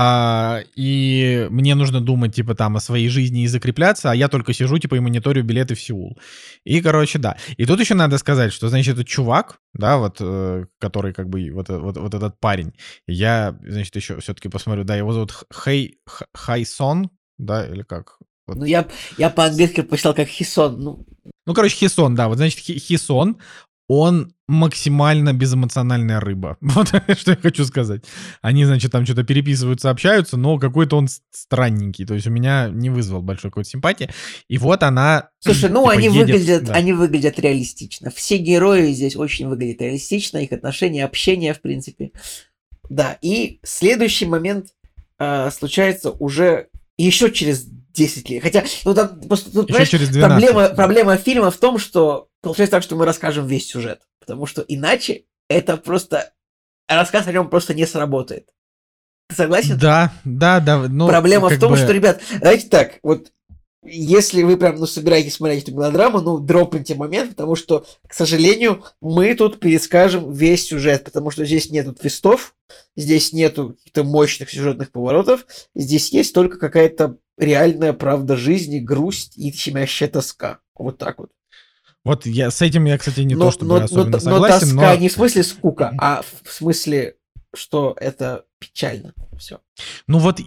и мне нужно думать, типа, там, о своей жизни и закрепляться, а я только сижу, типа, и мониторю билеты в Сеул. И, короче, да. И тут еще надо сказать, что, значит, этот чувак, да, вот, который, как бы, вот этот парень, я, значит, еще все-таки посмотрю, да, его зовут Хайсон, да, или как? Вот. Ну, я по-английски посчитал как Хисон, Ну, короче, Хисон, да, вот, значит, Хисон, он максимально безэмоциональная рыба. Вот что я хочу сказать. Они, значит, там что-то переписываются, общаются, но какой-то он странненький. То есть у меня не вызвал большой какой-то симпатии. И вот она... Слушай, типа, они выглядят реалистично. Все герои здесь очень выглядят реалистично. Их отношения, общение, в принципе. Да, и следующий момент случается уже еще через 10 лет. Хотя, ну там просто, тут, Еще через 12. проблема фильма в том, что получается так, что мы расскажем весь сюжет. Потому что иначе это просто... Рассказ о нем просто не сработает. Ты согласен? Да. Ну, проблема в том, бы... что, ребят, давайте так, вот если вы прям, собираетесь смотреть эту мелодраму, дропните момент, потому что, к сожалению, мы тут перескажем весь сюжет, потому что здесь нету твистов, здесь нету каких-то мощных сюжетных поворотов, здесь есть только какая-то реальная правда жизни, грусть и щемящая тоска. Вот так вот. Вот с этим я, кстати, не то чтобы особенно согласен, но тоска не в смысле скука, а в смысле, что это печально. Все. Ну вот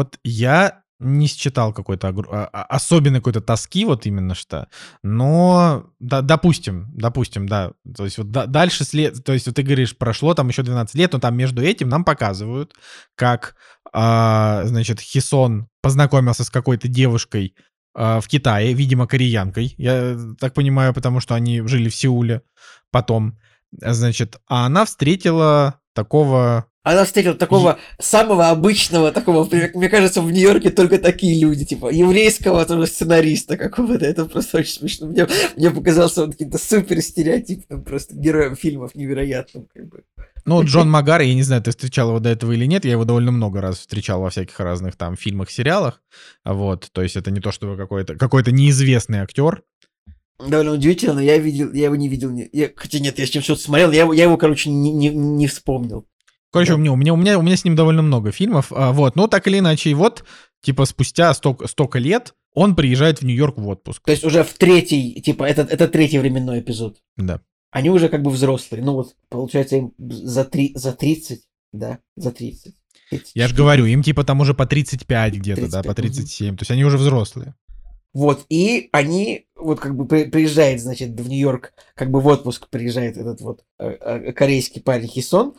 я не считал какой-то особенной какой-то тоски, вот именно что. Но, допустим, да. То есть вот дальше то есть вот ты говоришь, прошло там еще 12 лет, но там между этим нам показывают, как, значит, Хисон познакомился с какой-то девушкой в Китае, видимо, кореянкой, я так понимаю, потому что они жили в Сеуле потом. Значит, а она встретила такого... Она встретила такого самого обычного, такого, мне кажется, в Нью-Йорке только такие люди, типа еврейского тоже сценариста какого-то. Это просто очень смешно. Мне показался он каким-то супер стереотипным просто героем фильмов невероятным. Как бы. Ну, Джон Магар, я не знаю, ты встречал его до этого или нет, я его довольно много раз встречал во всяких разных там фильмах, сериалах. Вот, то есть это не то, что какой-то неизвестный актер. Довольно удивительно, но я его не видел. Хотя нет, я с чем что-то смотрел, я его, короче, не вспомнил. Короче, да. у меня с ним довольно много фильмов, вот, ну, так или иначе, и вот, типа, спустя столько лет он приезжает в Нью-Йорк в отпуск. То есть уже в третий, типа, это третий временной эпизод. Да. Они уже как бы взрослые, ну, вот, получается, им за 30, да, за 30. 30. Я же говорю, им, типа, там уже по 35 где-то, 35, да, по 37, то есть они уже взрослые. Вот, и они, вот, как бы, приезжает, значит, в Нью-Йорк, как бы в отпуск приезжает этот вот корейский парень Хисон,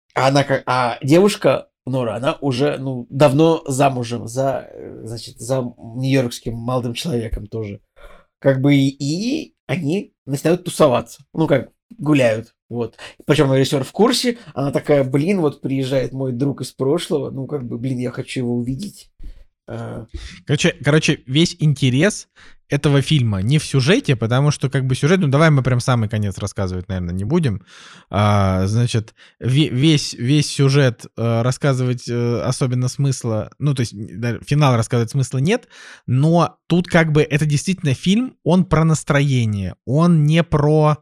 а девушка Нора, она уже, давно замужем за нью-йоркским молодым человеком тоже. Как бы и они начинают тусоваться. Гуляют. Вот. Причем режиссер в курсе. Она такая, вот приезжает мой друг из прошлого. Я хочу его увидеть. Короче, весь интерес этого фильма не в сюжете, потому что как бы сюжет, давай мы прям самый конец рассказывать, наверное, не будем. Значит, весь сюжет рассказывать особенно смысла, то есть финал рассказывать смысла нет, но тут как бы это действительно фильм, он про настроение, он не про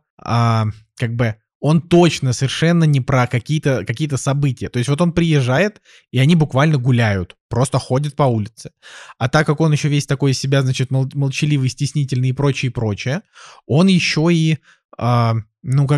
он точно совершенно не про какие-то события. То есть вот он приезжает, и они буквально гуляют, просто ходят по улице. А так как он еще весь такой из себя, значит, молчаливый, стеснительный и прочее, он еще и, там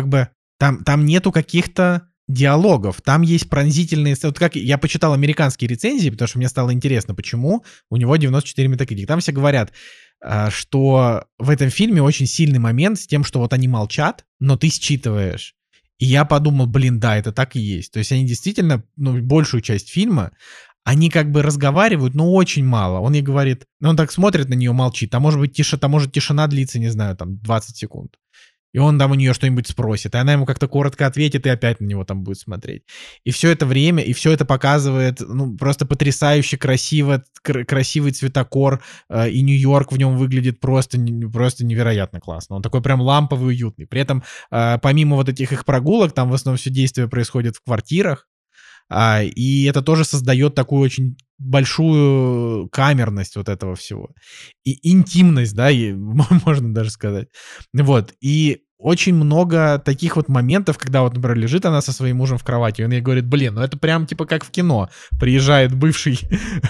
нету каких-то диалогов, там есть пронзительные... Вот как я почитал американские рецензии, потому что мне стало интересно, почему у него 94 Metacritic. Там все говорят, что в этом фильме очень сильный момент с тем, что вот они молчат, но ты считываешь. И я подумал, да, это так и есть. То есть они действительно, большую часть фильма, они как бы разговаривают, но очень мало. Он ей говорит, он так смотрит на нее, молчит, может тишина длится, не знаю, там 20 секунд. И он там у нее что-нибудь спросит, и она ему как-то коротко ответит, и опять на него там будет смотреть. И все это время, и все это показывает, просто потрясающе красивый цветокор, и Нью-Йорк в нем выглядит просто невероятно классно. Он такой прям ламповый, уютный. При этом, помимо вот этих их прогулок, там в основном все действие происходит в квартирах, и это тоже создает такую очень большую камерность вот этого всего. И интимность, да, можно даже сказать. Вот. И очень много таких вот моментов, когда вот, например, лежит она со своим мужем в кровати, и он ей говорит, это прям типа как в кино. Приезжает бывший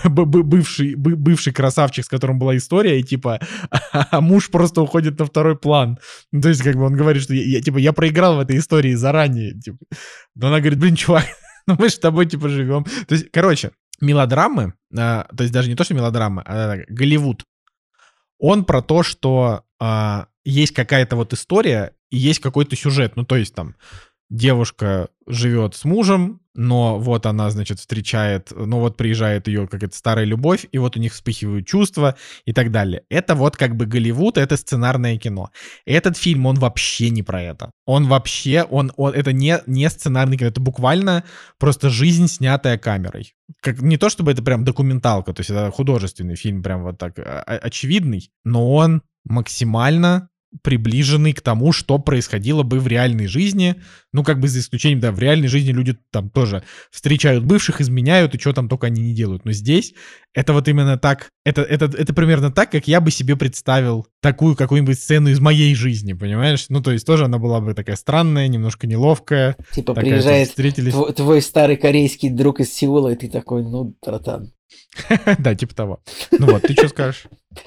красавчик, с которым была история, и типа, а муж просто уходит на второй план. То есть как бы он говорит, что я проиграл в этой истории заранее. Типа. Но она говорит, чувак, мы же с тобой типа живем. То есть, короче, мелодрамы, то есть даже не то, что мелодрамы, а Голливуд, он про то, что есть какая-то вот история и есть какой-то сюжет. То есть там девушка живет с мужем, но вот она, значит, встречает, ну вот приезжает ее какая-то старая любовь, и вот у них вспыхивают чувства и так далее. Это вот как бы Голливуд, это сценарное кино. Этот фильм, он вообще не про это. Он вообще, это не сценарный кино, это буквально просто жизнь, снятая камерой. Не то чтобы это прям документалка, то есть это художественный фильм, прям вот так очевидный, но он максимально приближенный к тому, что происходило бы в реальной жизни. Ну, как бы за исключением, да, в реальной жизни люди там тоже встречают бывших, изменяют, и что там только они не делают. Но здесь это вот именно так, это примерно так, как я бы себе представил такую какую-нибудь сцену из моей жизни, понимаешь? Ну, то есть тоже она была бы такая странная, немножко неловкая. Типа такая, приезжает встретились... твой старый корейский друг из Сеула, и ты такой, ну, братан. Да, типа того. Ну вот, ты что скажешь?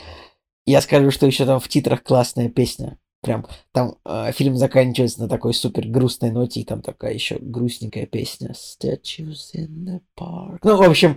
Я скажу, что еще там в титрах классная песня. Прям там фильм заканчивается на такой супер грустной ноте, и там такая еще грустненькая песня. Statues in the park. Ну, в общем,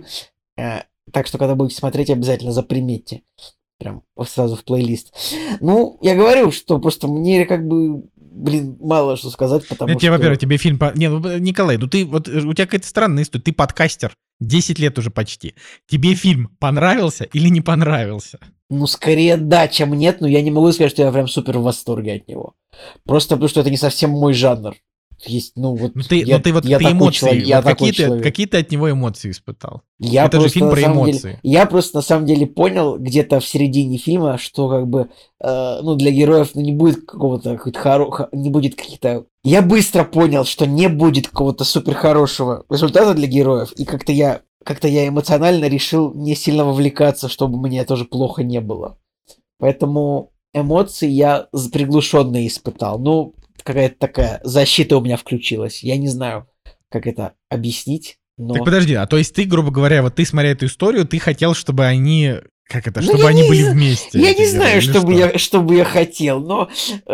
так что, когда будете смотреть, обязательно заприметьте. Прям сразу в плейлист. Ну, я говорю, что просто мне как бы, мало что сказать, потому что... Во-первых, тебе фильм... Не, ну, Николай, ну ты, вот у тебя какая-то странная история. Ты подкастер. 10 лет уже почти. Тебе фильм понравился или не понравился? Ну, скорее да, чем нет, но я не могу сказать, что я прям супер в восторге от него. Просто потому, что это не совсем мой жанр. Есть, ну вот... Ну ты вот я ты эмоции, я вот какие ты от него эмоции испытал? Я это же фильм про эмоции. Я просто на самом деле понял где-то в середине фильма, что как бы, для героев не будет какого-то не будет каких-то... Я быстро понял, что не будет какого-то супер хорошего результата для героев, и как-то я эмоционально решил не сильно вовлекаться, чтобы мне тоже плохо не было. Поэтому эмоции я приглушенные испытал. Ну, какая-то такая защита у меня включилась. Я не знаю, как это объяснить, но... Так подожди, а то есть ты, грубо говоря, вот ты, смотря эту историю, ты хотел, чтобы они... Как это? Чтобы они были вместе. Я не знаю, что бы я хотел, но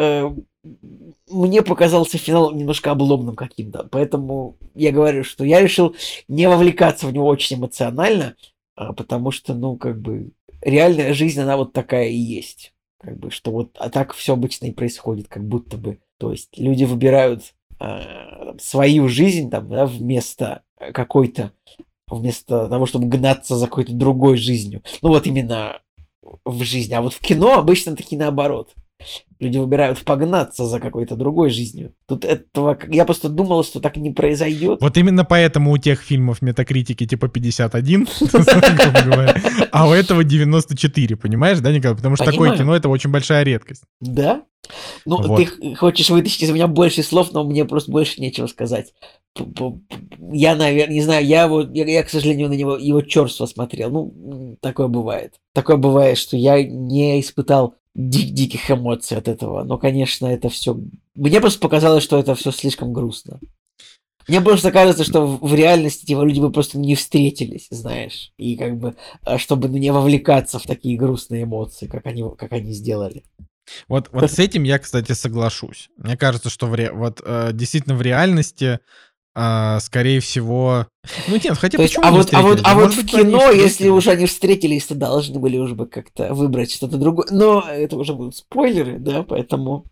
мне показался финал немножко обломным каким-то. Поэтому я говорю, что я решил не вовлекаться в него очень эмоционально, потому что, реальная жизнь, она вот такая и есть. Что вот так все обычно и происходит, как будто бы. То есть люди выбирают свою жизнь вместо того, чтобы гнаться за какой-то другой жизнью. Ну вот именно в жизни. А вот в кино обычно таки наоборот. Люди выбирают погнаться за какой-то другой жизнью. Тут этого... Я просто думал, что так не произойдет. Вот именно поэтому у тех фильмов метакритики типа 51, а у этого 94, понимаешь, да, Николай? Потому что такое кино — это очень большая редкость. Да? Ну, ты хочешь вытащить из меня больше слов, но мне просто больше нечего сказать. Я, наверное, не знаю, я, к сожалению, на него его чёрство смотрел. Ну, такое бывает. Такое бывает, что я не испытал диких эмоций от этого. Но, конечно, это все... Мне просто показалось, что это все слишком грустно. Мне просто кажется, что в реальности люди бы просто не встретились, знаешь. И чтобы не вовлекаться в такие грустные эмоции, как они сделали. Вот с этим я, кстати, соглашусь. Мне кажется, что действительно в реальности, скорее всего... Ну нет, хотя то почему есть, а вот в кино, если уж они встретились, то должны были уже бы как-то выбрать что-то другое. Но это уже будут спойлеры, да, поэтому...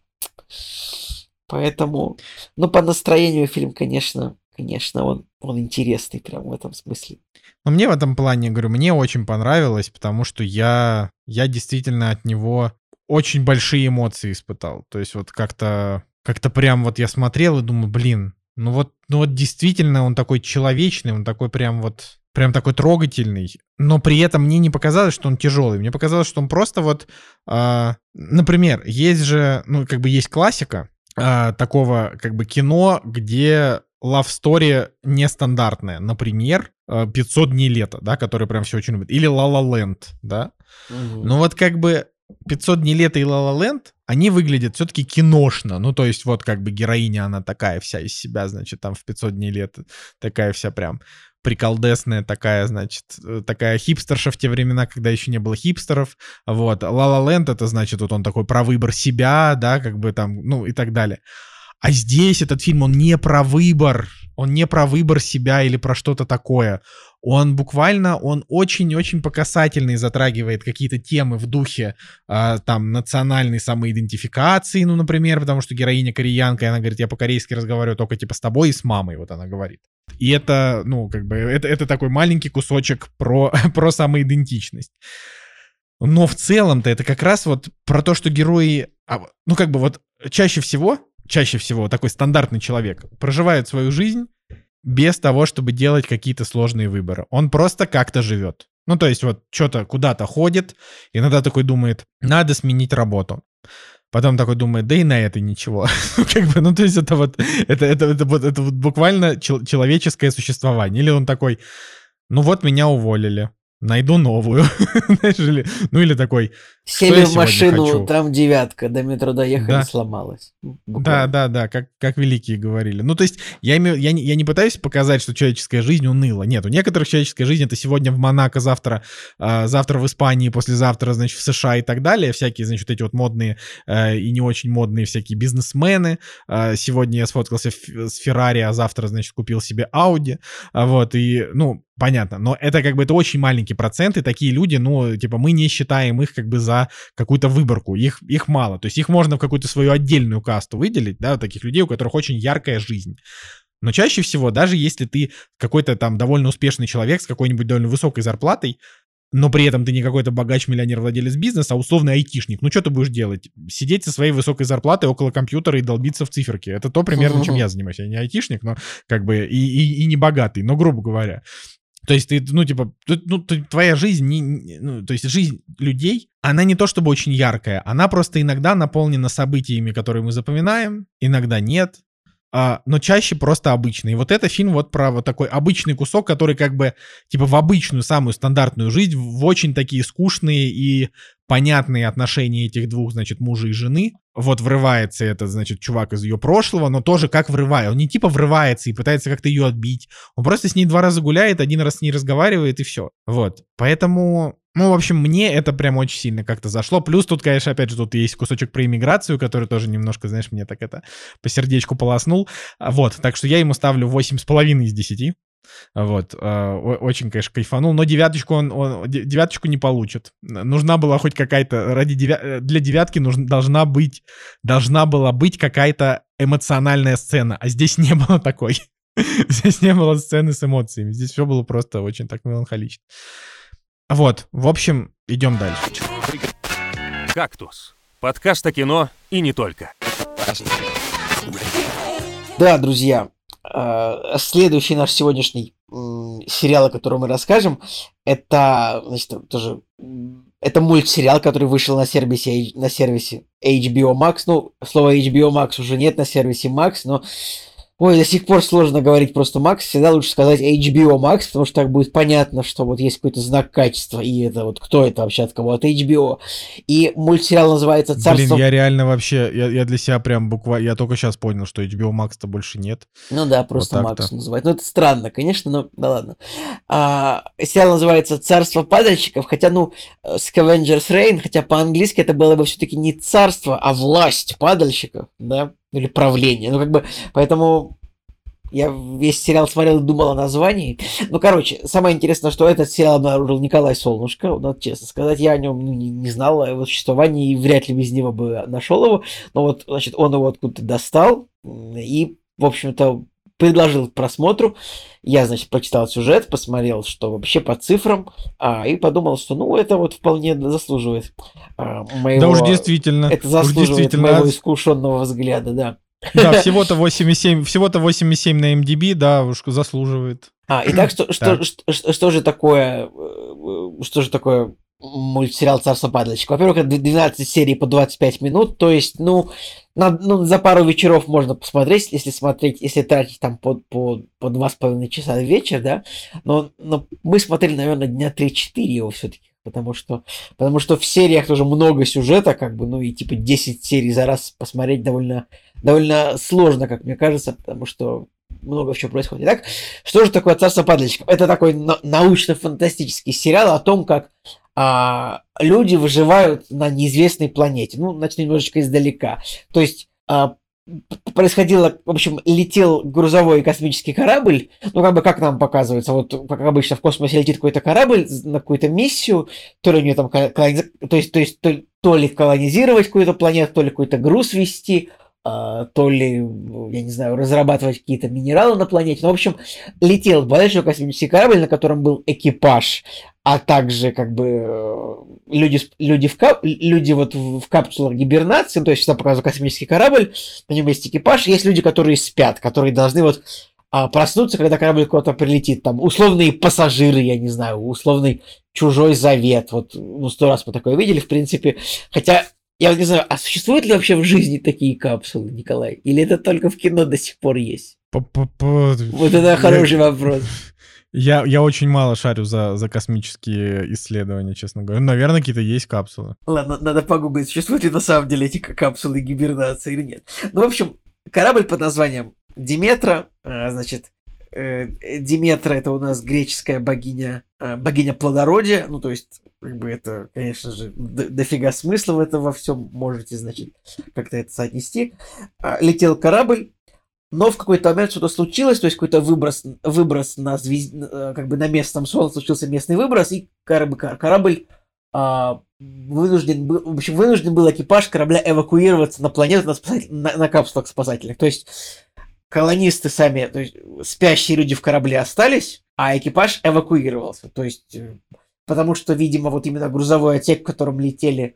Ну, по настроению фильм, конечно, он интересный прям в этом смысле. Но мне в этом плане, говорю, мне очень понравилось, потому что я действительно от него очень большие эмоции испытал. То есть вот как-то прям вот я смотрел и думаю, ну вот действительно он такой человечный, он такой прям такой трогательный, но при этом мне не показалось, что он тяжелый. Мне показалось, что он просто например, есть же, есть классика такого кино, где love story нестандартная. Например, 500 дней лета, да, который прям все очень любят. Или La La Land, да. Угу. Ну вот 500 дней лета и La La Land, они выглядят все-таки киношно. Ну то есть вот героиня, она такая вся из себя, значит, там в 500 дней лета такая вся прям приколдесная, такая, значит, такая хипстерша в те времена, когда еще не было хипстеров. Вот. La La Land — это, значит, вот он такой про выбор себя, да, и так далее. А здесь этот фильм, он не про выбор себя или про что-то такое. он очень-очень по касательной затрагивает какие-то темы в духе там национальной самоидентификации, ну, например, потому что героиня кореянка, и она говорит, я по-корейски разговариваю только типа с тобой и с мамой, вот она говорит. И это, ну, как бы, это такой маленький кусочек про самоидентичность. Но в целом-то это как раз вот про то, что герои, ну, как бы вот чаще всего такой стандартный человек проживает свою жизнь без того, чтобы делать какие-то сложные выборы. Он просто как-то живет. Ну, то есть вот что-то куда-то ходит, иногда такой думает, надо сменить работу. Потом такой думает, да и на это ничего. Как бы, ну, то есть это вот буквально человеческое существование. Или он такой, ну вот меня уволили, найду новую. Ну или такой, сели в машину, там 9, до метро доехали, да. Сломалась. Да, как великие говорили. Ну, то есть я не пытаюсь показать, что человеческая жизнь уныла. Нет, у некоторых человеческая жизнь — это сегодня в Монако, завтра в Испании, послезавтра, значит, в США и так далее. Всякие, значит, эти вот модные и не очень модные всякие бизнесмены. Сегодня я сфоткался с Феррари, а завтра, значит, купил себе Ауди. Вот, и, ну, понятно. Но это как бы это очень маленький процент, и такие люди, ну, типа, мы не считаем их как бы за какую-то выборку. Их мало. То есть их можно в какую-то свою отдельную касту выделить, да, таких людей, у которых очень яркая жизнь. Но чаще всего, даже если ты какой-то там довольно успешный человек с какой-нибудь довольно высокой зарплатой, но при этом ты не какой-то богач, миллионер, владелец бизнеса, а условный айтишник, ну что ты будешь делать? Сидеть со своей высокой зарплатой около компьютера и долбиться в циферки. Это то примерно, чем я занимаюсь. Я не айтишник, но как бы и не богатый, но грубо говоря. То есть ты, ну, типа, твоя жизнь, то есть жизнь людей, она не то чтобы очень яркая, она просто иногда наполнена событиями, которые мы запоминаем, иногда нет, но чаще просто обычный. И вот это фильм вот про вот такой обычный кусок, который как бы, типа, в обычную, самую стандартную жизнь, в очень такие скучные и понятные отношения этих двух, значит, мужа и жены. Вот врывается этот, значит, чувак из ее прошлого, но тоже как врывает. Он не типа врывается и пытается как-то ее отбить. Он просто с ней 2 раза гуляет, 1 раз с ней разговаривает и все. Вот. Поэтому, ну, в общем, мне это прям очень сильно как-то зашло. Плюс тут, конечно, опять же, тут есть кусочек про иммиграцию, который тоже немножко, знаешь, мне так это по сердечку полоснул. Вот. Так что я ему ставлю 8,5 из 10. Вот, очень, конечно, кайфанул, но 9 он 9 не получит. Нужна была хоть какая-то, для 9 должна была быть какая-то эмоциональная сцена, а здесь не было такой. Здесь не было сцены с эмоциями, здесь все было просто очень так меланхолично. Вот, в общем, идем дальше. «Кактус». Подкаст о кино и не только. Да, друзья, следующий наш сегодняшний сериал, о котором мы расскажем, это, значит, тоже это мультсериал, который вышел на сервисе HBO Max. Ну, слова HBO Max уже нет на сервисе Max, но ой, до сих пор сложно говорить просто Max, всегда лучше сказать HBO Max, потому что так будет понятно, что вот есть какой-то знак качества, и это вот кто это вообще, от кого? От HBO. И мультсериал называется «Царство...» Блин, я реально вообще, я для себя прям буквально, я только сейчас понял, что HBO Max-то больше нет. Ну да, просто вот Max называют. Ну это странно, конечно, но да ладно. Сериал называется «Царство падальщиков», хотя, ну, Scavengers Reign, хотя по-английски это было бы все-таки не царство, а власть падальщиков, да? Или правление. Ну, как бы, поэтому я весь сериал смотрел и думал о названии. Ну, короче, самое интересное, что этот сериал обнаружил Николай Солнышко. Надо честно сказать, я о нем не знал, о его существовании, и вряд ли без него бы нашел его. Но вот, значит, он его откуда-то достал и, в общем-то, предложил к просмотру. Я, значит, прочитал сюжет, посмотрел, что вообще по цифрам, и подумал, что, ну, это вот вполне заслуживает моего... Да уж действительно. Это заслуживает моего искушенного взгляда, да. Да, всего-то 8,7 на MDB, да, уж заслуживает. Итак, что же такое мультсериал «Царство падальщиков»? Во-первых, это 12 серий по 25 минут, то есть, за пару вечеров можно посмотреть, если тратить там по 2,5 часа в вечер, да, но мы смотрели, наверное, дня 3-4 его все-таки, потому что в сериях тоже много сюжета, как бы, ну и типа 10 серий за раз посмотреть довольно сложно, как мне кажется, потому что много чего происходит. Итак, что же такое «Царство падальщиков»? Это такой научно-фантастический сериал о том, как люди выживают на неизвестной планете. Ну, начнем немножечко издалека. То есть происходило, в общем, летел грузовой космический корабль, ну, как бы, как нам показывается, вот, как обычно, в космосе летит какой-то корабль на какую-то миссию, то ли у него там, то ли колонизировать какую-то планету, то ли какой-то груз везти, то ли, я не знаю, разрабатывать какие-то минералы на планете. Ну, в общем, летел большой космический корабль, на котором был экипаж, а также как бы люди вот в капсулах гибернации, то есть всегда показывают космический корабль, на нем есть экипаж, есть люди, которые спят, которые должны вот проснуться, когда корабль куда-то прилетит. Там условные пассажиры, я не знаю, условный чужой завет. Вот, ну, 100 раз мы такое видели, в принципе. Хотя, я не знаю, а существуют ли вообще в жизни такие капсулы, Николай? Или это только в кино до сих пор есть? Вот это хороший вопрос. Я очень мало шарю за космические исследования, честно говоря. Наверное, какие-то есть капсулы. Ладно, надо погуглить, существуют ли на самом деле эти капсулы гибернации или нет. Ну, в общем, корабль под названием Диметра, значит, Диметра — это у нас греческая богиня плодородия, ну, то есть, как бы это, конечно же, дофига смысла в этом во всем, можете, значит, как-то это соотнести. Летел корабль, но в какой-то момент что-то случилось, то есть какой-то выброс на как бы на местном Солнце случился местный выброс, и корабль вынужден был экипаж корабля эвакуироваться на планету на капсулах спасательных. То есть колонисты сами, то есть спящие люди в корабле остались, а экипаж эвакуировался. То есть потому что, видимо, вот именно грузовой отсек, в котором летели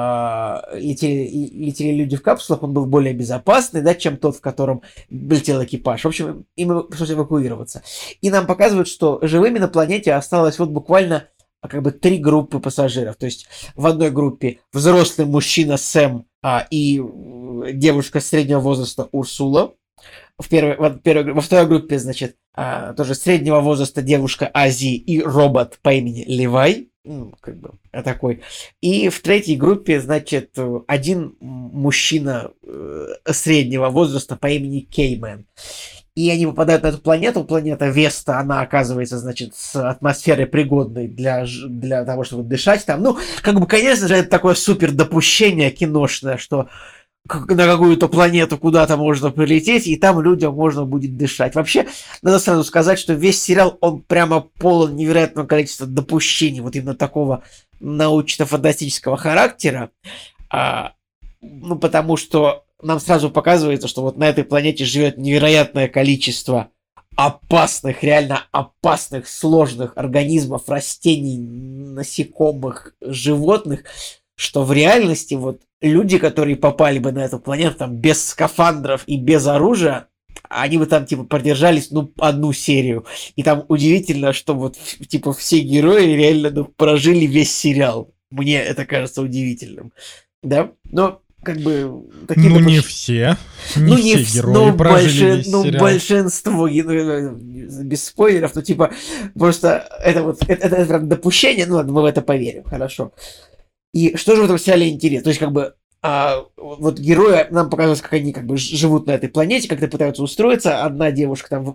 люди в капсулах, он был более безопасный, да, чем тот, в котором летел экипаж. В общем, им пришлось эвакуироваться. И нам показывают, что живыми на планете осталось вот буквально как бы 3 группы пассажиров. То есть в одной группе взрослый мужчина Сэм и девушка среднего возраста Урсула. Во второй группе, значит, тоже среднего возраста девушка Ази и робот по имени Левай. Как бы такой. И в третьей группе, значит, один мужчина среднего возраста по имени Кеймен. И они попадают на эту планету. Планета Веста, она оказывается, значит, с атмосферой пригодной для того, чтобы дышать там. Ну, как бы, конечно же, это такое супер допущение киношное, что на какую-то планету куда-то можно прилететь, и там людям можно будет дышать. Вообще, надо сразу сказать, что весь сериал, он прямо полон невероятного количества допущений, вот именно такого научно-фантастического характера. Ну, потому что нам сразу показывается, что вот на этой планете живет невероятное количество опасных, реально опасных, сложных организмов, растений, насекомых, животных, что в реальности вот люди, которые попали бы на эту планету там без скафандров и без оружия, они бы там типа продержались, ну, 1 серию. И там удивительно, что вот типа все герои реально прожили весь сериал. Мне это кажется удивительным. Да? Но как бы... Ну, не все. Не все герои прожили весь сериал. Большинство, без спойлеров, ну, типа, просто это прям допущение, ну, ладно, мы в это поверим, хорошо. И что же в этом сериале интересно? То есть, как бы, вот герои нам показывают, как они как бы живут на этой планете, как-то пытаются устроиться. Одна девушка там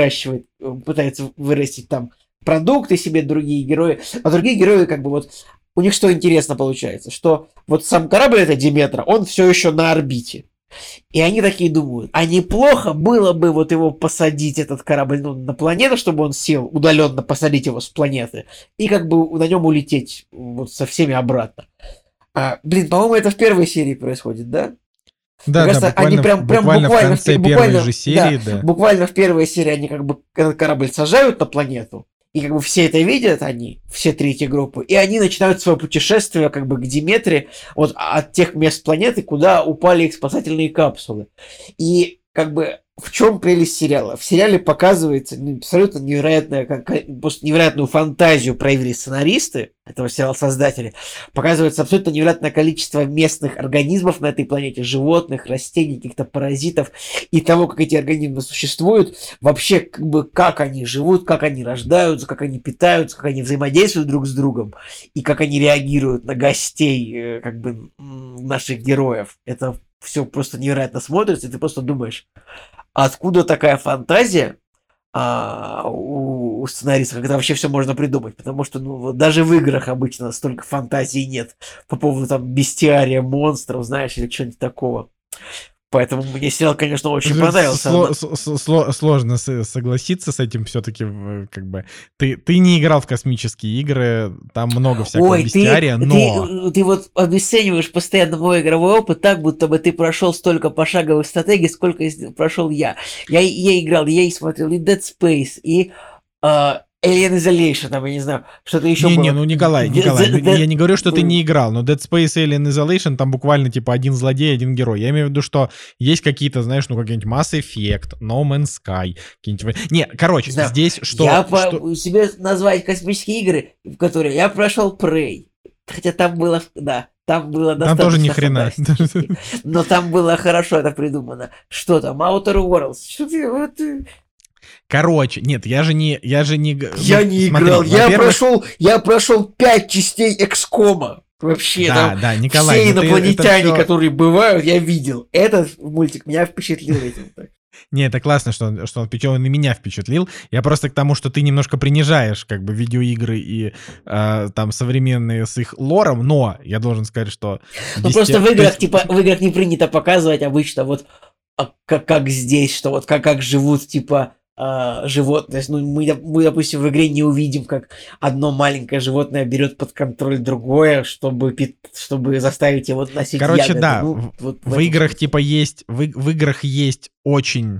пытается вырастить там продукты себе, другие герои. А другие герои, как бы, вот, у них что интересно получается? Что вот сам корабль, это Диметра, он все еще на орбите. И они такие думают, а неплохо было бы вот его посадить, этот корабль, ну, на планету, чтобы он сел, удаленно посадить его с планеты, и как бы на нем улететь вот со всеми обратно. Блин, по-моему, это в первой серии происходит, да? Да, кажется, буквально, они буквально в конце первой же серии, да. Буквально в первой серии они как бы этот корабль сажают на планету, и как бы все это видят, все 3 группы, и они начинают свое путешествие как бы к Диметре, вот от тех мест планеты, куда упали их спасательные капсулы. И как бы в чем прелесть сериала? В сериале показывается абсолютно невероятную фантазию проявили сценаристы этого сериала, создатели. Показывается абсолютно невероятное количество местных организмов на этой планете, животных, растений, каких-то паразитов, и того, как эти организмы существуют, вообще как бы как они живут, как они рождаются, как они питаются, как они взаимодействуют друг с другом, и как они реагируют на гостей, как бы наших героев. Это все просто невероятно смотрится, и ты просто думаешь, откуда такая фантазия у сценаристов, когда вообще все можно придумать, потому что ну, даже в играх обычно столько фантазии нет по поводу там бестиария, монстров, знаешь, или чего-нибудь такого. Поэтому мне сериал, конечно, очень понравился. Сложно согласиться с этим все-таки, как бы. Ты не играл в космические игры, там много всякого бестиария, но... Ты вот обесцениваешь постоянно мой игровой опыт так, будто бы ты прошел столько пошаговых стратегий, сколько прошел я. Я играл, я и смотрел и Dead Space, и Alien Isolation, там, я не знаю, что-то еще было. Ну, Николай, я не говорю, что ты не играл, но Dead Space и Alien Isolation там буквально, типа, один злодей, один герой. Я имею в виду, что есть какие-то, знаешь, ну, какие-нибудь Mass Effect, No Man's Sky, какие-нибудь... Не, короче, здесь что... Себе назвать космические игры, в которые я прошел Prey, хотя там было, да, там было достаточно тоже ни хрена. Но там было хорошо это придумано. Что там, Outer Worlds, что ты, вот... Короче, нет, я не играл. Я прошел 5 частей XCOM. Вообще, да, Николай, все инопланетяне, которые бывают, я видел. Этот мультик меня впечатлил этим. Не, это классно, что он и меня впечатлил. Я просто к тому, что ты немножко принижаешь как бы видеоигры и там современные с их лором, но я должен сказать, что... Ну просто в играх не принято показывать обычно вот как здесь, что вот как живут типа животные. То есть, ну, мы, допустим, в игре не увидим, как одно маленькое животное берет под контроль другое, чтобы заставить его носить Короче, ягоды. да, Ну, в играх типа есть... В играх есть очень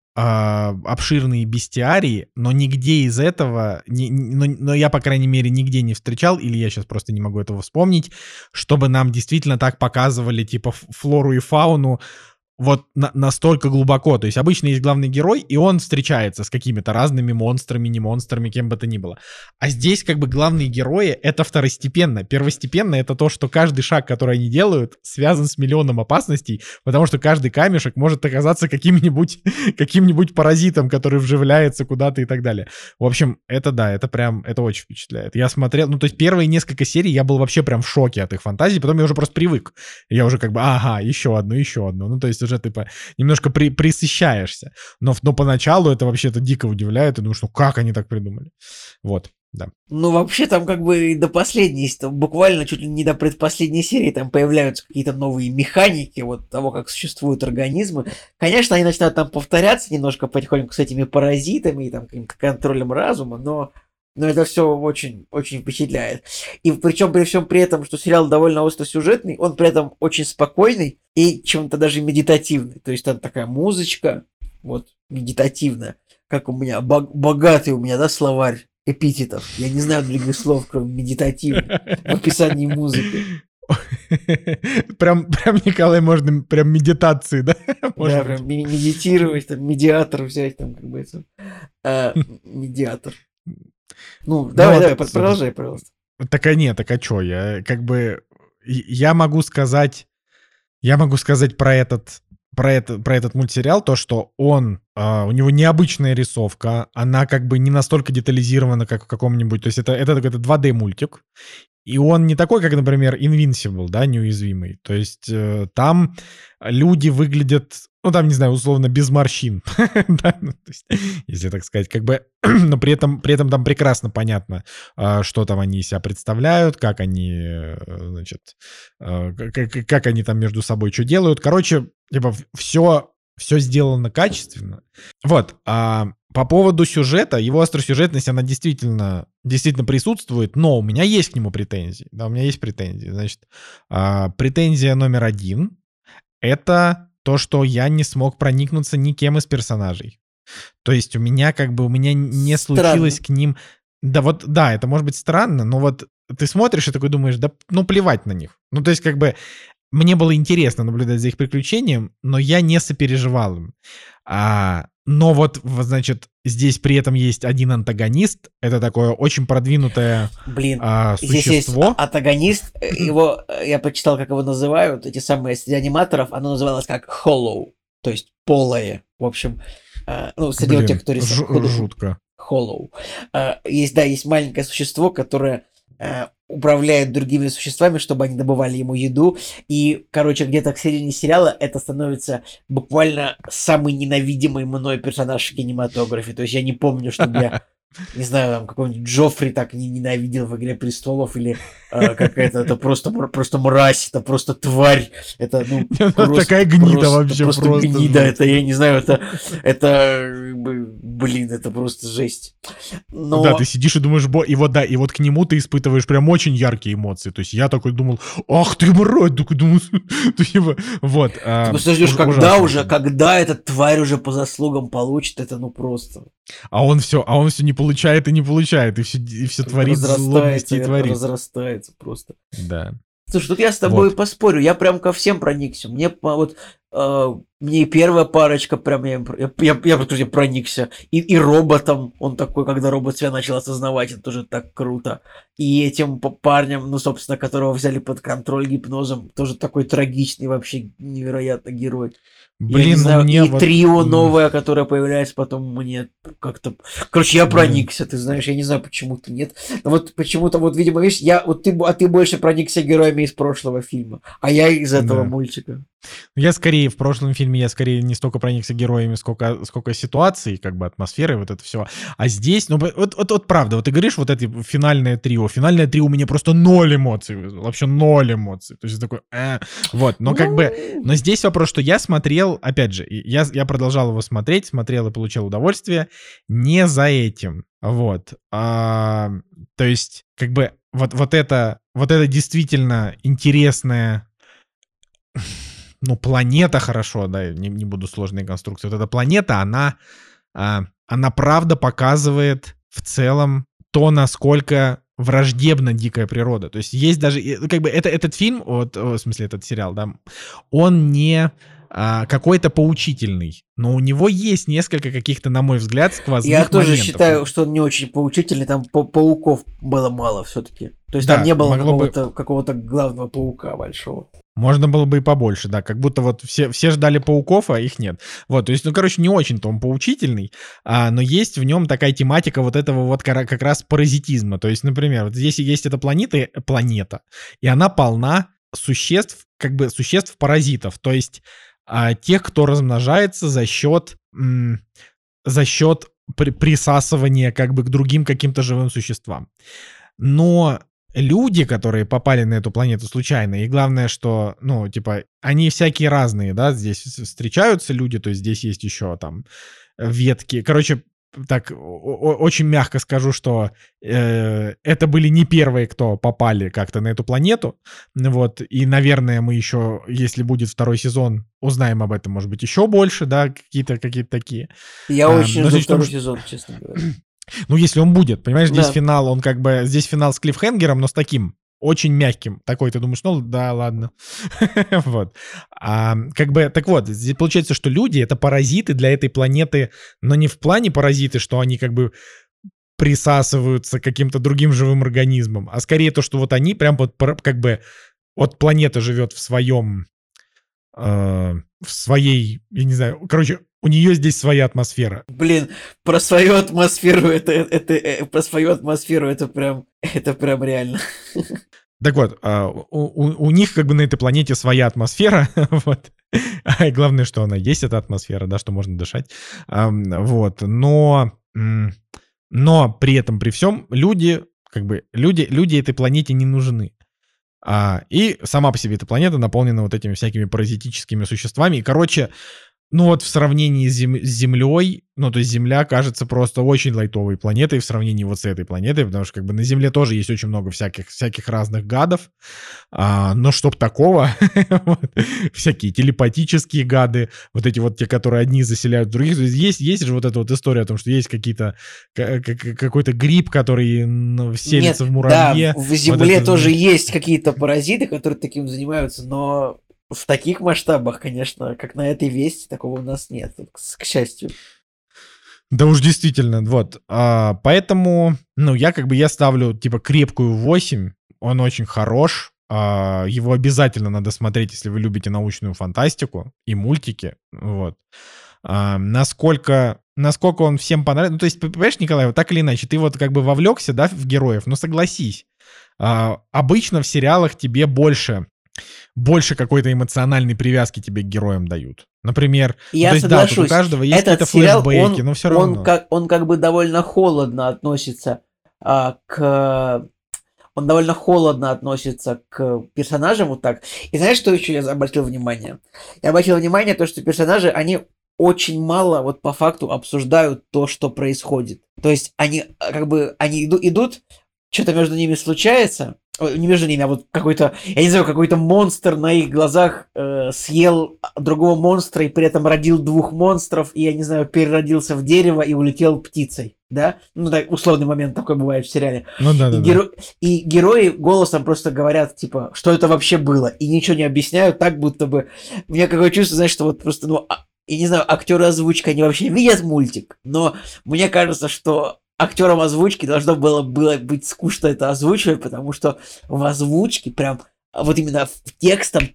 обширные бестиарии, но нигде из этого, но я, по крайней мере, нигде не встречал, или я сейчас просто не могу этого вспомнить, чтобы нам действительно так показывали, типа, флору и фауну, вот настолько глубоко. То есть обычно есть главный герой, и он встречается с какими-то разными монстрами, не монстрами, кем бы то ни было. А здесь как бы главные герои — это второстепенно. Первостепенно — это то, что каждый шаг, который они делают, связан с миллионом опасностей, потому что каждый камешек может оказаться каким-нибудь паразитом, который вживляется куда-то и так далее. В общем, это да, это очень впечатляет. Я смотрел, ну то есть первые несколько серий я был вообще прям в шоке от их фантазий, потом я уже просто привык. Я уже как бы, ага, еще одну. Ну то есть уже типа немножко присыщаешься. Но поначалу это вообще-то дико удивляет. Ты думаешь, ну как они так придумали? Вот, да. Ну, вообще там как бы до последней, буквально чуть ли не до предпоследней серии там появляются какие-то новые механики вот того, как существуют организмы. Конечно, они начинают там повторяться немножко потихоньку с этими паразитами и там каким-то контролем разума, но это все очень, очень впечатляет. И причем при всем при этом, что сериал довольно остросюжетный, он при этом очень спокойный и чем-то даже медитативный. То есть там такая музычка, вот, медитативная, как у меня, богатый у меня, да, словарь эпитетов. Я не знаю других слов, кроме медитативных, в описании музыки. Прям, Николай, можно прям медитации, да? Да, прям медитировать, там, медиатор взять, там, как бы это, медиатор. Ну, давай, продолжай, пожалуйста. Так а чё, я могу сказать про этот мультсериал, то, что у него необычная рисовка, она как бы не настолько детализирована, как в каком-нибудь, то есть это 2D мультик, и он не такой, как, например, Invincible, да, неуязвимый, то есть там люди выглядят, ну, там, не знаю, условно, без морщин, да? Ну, то есть, если так сказать, как бы, но при этом там прекрасно понятно, что там они из себя представляют, как они, значит, как они там между собой что делают. Короче, типа, все сделано качественно. Вот, по поводу сюжета, его остросюжетность, она действительно присутствует, но у меня есть к нему претензии. Да, у меня есть претензии. Значит, претензия номер 1 — это то, что я не смог проникнуться никем из персонажей. То есть у меня не случилось к ним... Да, это может быть странно, но вот ты смотришь и такой думаешь, да ну плевать на них. Ну то есть как бы мне было интересно наблюдать за их приключением, но я не сопереживал им. Но вот, значит, здесь при этом есть один антагонист. Это такое очень продвинутое существо. Здесь есть антагонист. Его, я почитал, как его называют, эти самые среди аниматоров. Оно называлось как Hollow, то есть полое. В общем, среди тех, кто рисует. Жутко. Hollow. Есть маленькое существо, которое управляет другими существами, чтобы они добывали ему еду. И, короче, где-то к середине сериала это становится буквально самый ненавидимый мной персонаж в кинематографе. То есть я не помню, чтобы я не знаю, там какой-нибудь Джоффри так ненавидел в «Игре престолов», или какая-то, это просто мразь, это просто тварь, это, ну, такая гнида вообще просто гнида, это, я не знаю, блин, это просто жесть. Но... Да, ты сидишь и думаешь, и вот к нему ты испытываешь прям очень яркие эмоции. То есть я такой думал, ах ты мразь, такой думал, вот. Ты просто ждешь, когда эта тварь уже по заслугам получит, это ну просто. А он все не получает, и все творит злобности и творит. Разрастается просто. Да. Слушай, тут я с тобой поспорю, я прям ко всем проникся. Мне вот мне и первая парочка прям я проникся. И роботом, он такой, когда робот себя начал осознавать, это тоже так круто. И этим парнем, ну, собственно, которого взяли под контроль гипнозом, тоже такой трагичный, вообще невероятно герой. Блин, я не знаю, мне и вот... трио новое, которое появляется потом, мне как-то... Короче, я проникся, ты знаешь, я не знаю, почему ты нет. Но вот почему-то, вот, видимо, видишь, ты больше проникся героями из прошлого фильма, а я из этого мультика. Я скорее в прошлом фильме, не столько проникся героями, сколько ситуаций, как бы атмосферы, вот это все. А здесь, ну, вот правда, вот ты говоришь, вот это финальное трио у меня просто 0 эмоций, вообще 0 эмоций. То есть такой, вот, но как бы, но здесь вопрос, что я смотрел, опять же, я продолжал его смотрел и получал удовольствие не за этим, вот. То есть, как бы, вот это действительно интересная... Ну, планета хорошо, да, не буду сложные конструкции. Вот эта планета, она правда показывает в целом то, насколько враждебна дикая природа. То есть даже, как бы, этот фильм, вот, в смысле, этот сериал, да, он не какой-то поучительный, но у него есть несколько каких-то, на мой взгляд, сквозных моментов. Я тоже считаю, что он не очень поучительный, там пауков было мало все-таки. То есть там не было какого-то главного паука большого. Можно было бы и побольше, да, как будто вот все ждали пауков, а их нет. Вот, то есть, ну, короче, не очень-то он поучительный, но есть в нем такая тематика вот этого вот как раз паразитизма. То есть, например, вот здесь есть эта планета, и она полна существ-паразитов, то есть тех, кто размножается за счет присасывания как бы к другим каким-то живым существам. Но люди, которые попали на эту планету случайно, и главное, что, ну, типа, они всякие разные, да, здесь встречаются люди, то есть здесь есть еще там ветки. Короче, так, очень мягко скажу, что это были не первые, кто попали как-то на эту планету, вот, и, наверное, мы еще, если будет второй сезон, узнаем об этом, может быть, еще больше, да, какие-то такие. Я очень жду второй сезон, честно говоря. Ну, если он будет, понимаешь, здесь финал, он как бы, здесь финал с клиффхенгером, но с таким, очень мягким. Такой ты думаешь, ну, да, ладно. Вот. Как бы, так вот, здесь получается, что люди — это паразиты для этой планеты, но не в плане паразиты, что они как бы присасываются к каким-то другим живым организмам, а скорее то, что вот они прям вот как бы, вот планета живет в своей, я не знаю, короче, у нее здесь своя атмосфера. Блин, про свою атмосферу это прям реально. Так вот, у них как бы на этой планете своя атмосфера, вот. И главное, что она есть, эта атмосфера, да, что можно дышать. Вот, но при этом, при всем, люди этой планете не нужны. И сама по себе эта планета наполнена вот этими всякими паразитическими существами. И, короче, ну вот в сравнении с Землей, ну то есть Земля кажется просто очень лайтовой планетой в сравнении вот с этой планетой, потому что как бы на Земле тоже есть очень много всяких разных гадов, но чтоб такого, всякие телепатические гады, вот эти вот те, которые одни заселяют других, есть же вот эта вот история о том, что есть какой-то гриб, который селится в муравье. Да, в Земле тоже есть какие-то паразиты, которые таким занимаются, но... В таких масштабах, конечно, как на этой вести, такого у нас нет, к счастью. Да уж действительно, вот. Поэтому, ну, я ставлю, типа, крепкую 8. Он очень хорош. Его обязательно надо смотреть, если вы любите научную фантастику и мультики. Вот. Насколько он всем понравится. Ну, то есть, понимаешь, Николай, вот так или иначе, ты вот как бы вовлекся, да, в героев, но согласись. Обычно в сериалах тебе больше больше какой-то эмоциональной привязки тебе к героям дают. Например, Я то есть, да, тут соглашусь. у каждого есть Этот какие-то сериал, флешбеки, но все равно. он как бы довольно холодно относится к... Он довольно холодно относится к персонажам вот так. И знаешь, что еще я обратил внимание? Я обратил внимание то, что персонажи, они очень мало вот по факту обсуждают то, что происходит. То есть они как бы, они идут, что-то между ними случается, не между ними, а вот какой-то, я не знаю, какой-то монстр на их глазах съел другого монстра и при этом родил двух монстров, и, я не знаю, переродился в дерево и улетел птицей, да? Ну, так, условный момент такой бывает в сериале. Ну да, да. И герои голосом просто говорят, типа, что это вообще было, и ничего не объясняют, так будто бы... У меня какое чувство, знаешь, что вот просто, ну, я не знаю, актеры озвучки, они вообще видят мультик, но мне кажется, что актерам озвучки должно было быть скучно это озвучивать, потому что в озвучке прям вот именно текстом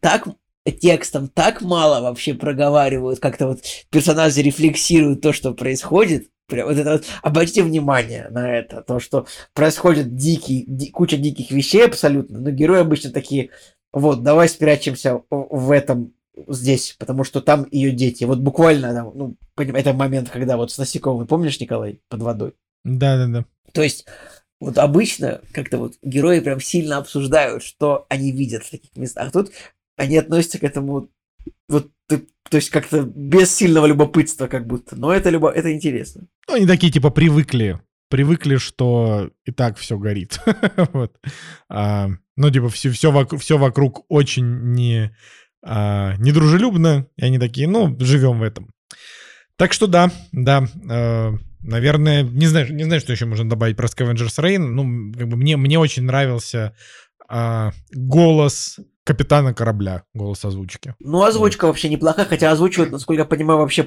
так мало вообще проговаривают, как-то вот персонажи рефлексируют то, что происходит. Прям вот это вот, обратите внимание на это, то, что происходит куча диких вещей абсолютно, но герои обычно такие, вот, давай спрячемся в этом здесь, потому что там ее дети. Вот буквально там, ну, это момент, когда вот с насекомыми, помнишь, Николай, под водой? Да. То есть, вот обычно как-то вот герои прям сильно обсуждают, что они видят в таких местах. А тут они относятся к этому вот, то есть как-то без сильного любопытства как будто. Но это интересно. Ну, они такие, типа, привыкли, что и так все горит. Вот. Ну, типа, все вокруг очень недружелюбно, и они такие, ну, живем в этом. Так что да, наверное, не знаю, что еще можно добавить про Scavenger's Reign. Ну, как бы мне очень нравился голос капитана корабля, голос озвучки. Ну, озвучка вообще неплохая, хотя озвучивают, насколько я понимаю, вообще,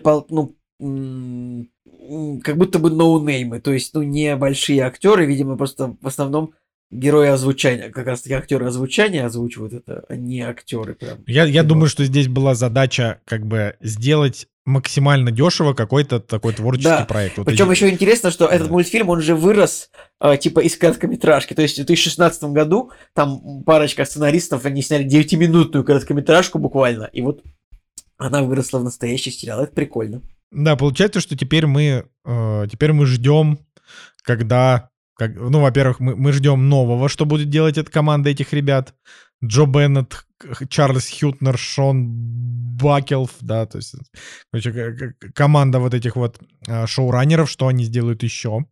как будто бы ноунеймы, то есть, ну, не большие актеры, видимо, просто в основном герои озвучания, как раз таки актеры озвучания озвучивают это, а не актеры прям. Я думаю, что здесь была задача как бы сделать максимально дешево какой-то такой творческий проект. Вот причем еще интересно, что этот мультфильм, он же вырос типа из короткометражки. То есть в 2016 году там парочка сценаристов, они сняли 9-минутную короткометражку буквально, и вот она выросла в настоящий сериал. Это прикольно. Да, получается, что теперь мы ждем, когда... Ну, во-первых, мы ждем нового, что будет делать эта команда этих ребят. Джо Беннет, Чарльз Хьютнер, Шон Бакелф, да, то есть, короче, команда вот этих вот шоураннеров, что они сделают еще.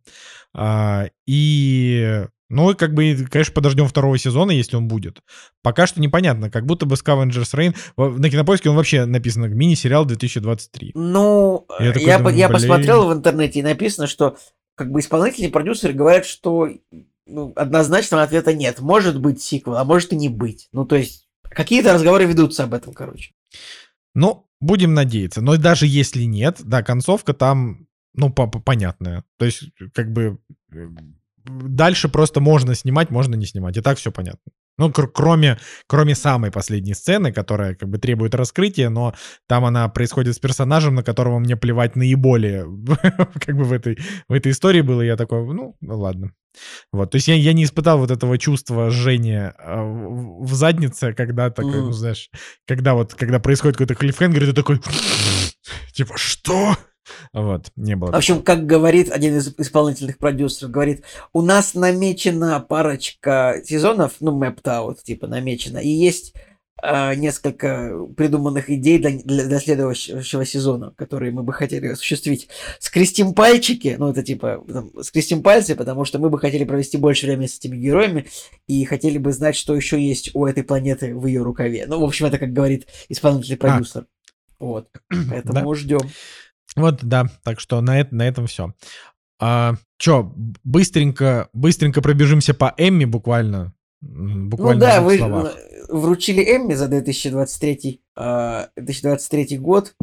И, ну, как бы, конечно, подождем второго сезона, если он будет. Пока что непонятно, как будто бы Scavenger's Reign, на Кинопоиске он вообще написано мини-сериал 2023. Ну, я посмотрел в интернете, и написано, что как бы исполнители и продюсеры говорят, что однозначного ответа нет. Может быть сиквел, а может и не быть. Ну, то есть, какие-то разговоры ведутся об этом, короче. Ну, будем надеяться. Но даже если нет, да, концовка там, ну, понятная. То есть, как бы, дальше просто можно снимать, можно не снимать. И так все понятно. Ну, кроме самой последней сцены, которая как бы требует раскрытия, но там она происходит с персонажем, на которого мне плевать наиболее как бы в этой истории было. Я такой, ну ладно. Вот, то есть я не испытал вот этого чувства жжения в заднице, когда такой, ну знаешь, когда происходит какой-то клиффхенгер, и ты такой, типа, что? Вот, не было. В общем, как говорит один из исполнительных продюсеров, говорит, у нас намечена парочка сезонов, ну, mapped out, типа, намечена, и есть несколько придуманных идей для следующего сезона, которые мы бы хотели осуществить. Скрестим пальчики, ну, это типа, скрестим пальцы, потому что мы бы хотели провести больше времени с этими героями и хотели бы знать, что еще есть у этой планеты в ее рукаве. Ну, в общем, это, как говорит исполнительный продюсер. Вот, поэтому ждем. Вот, да, так что на этом все. Че, быстренько пробежимся по Эмми буквально. Ну да, вы вручили Эмми за 2023 год.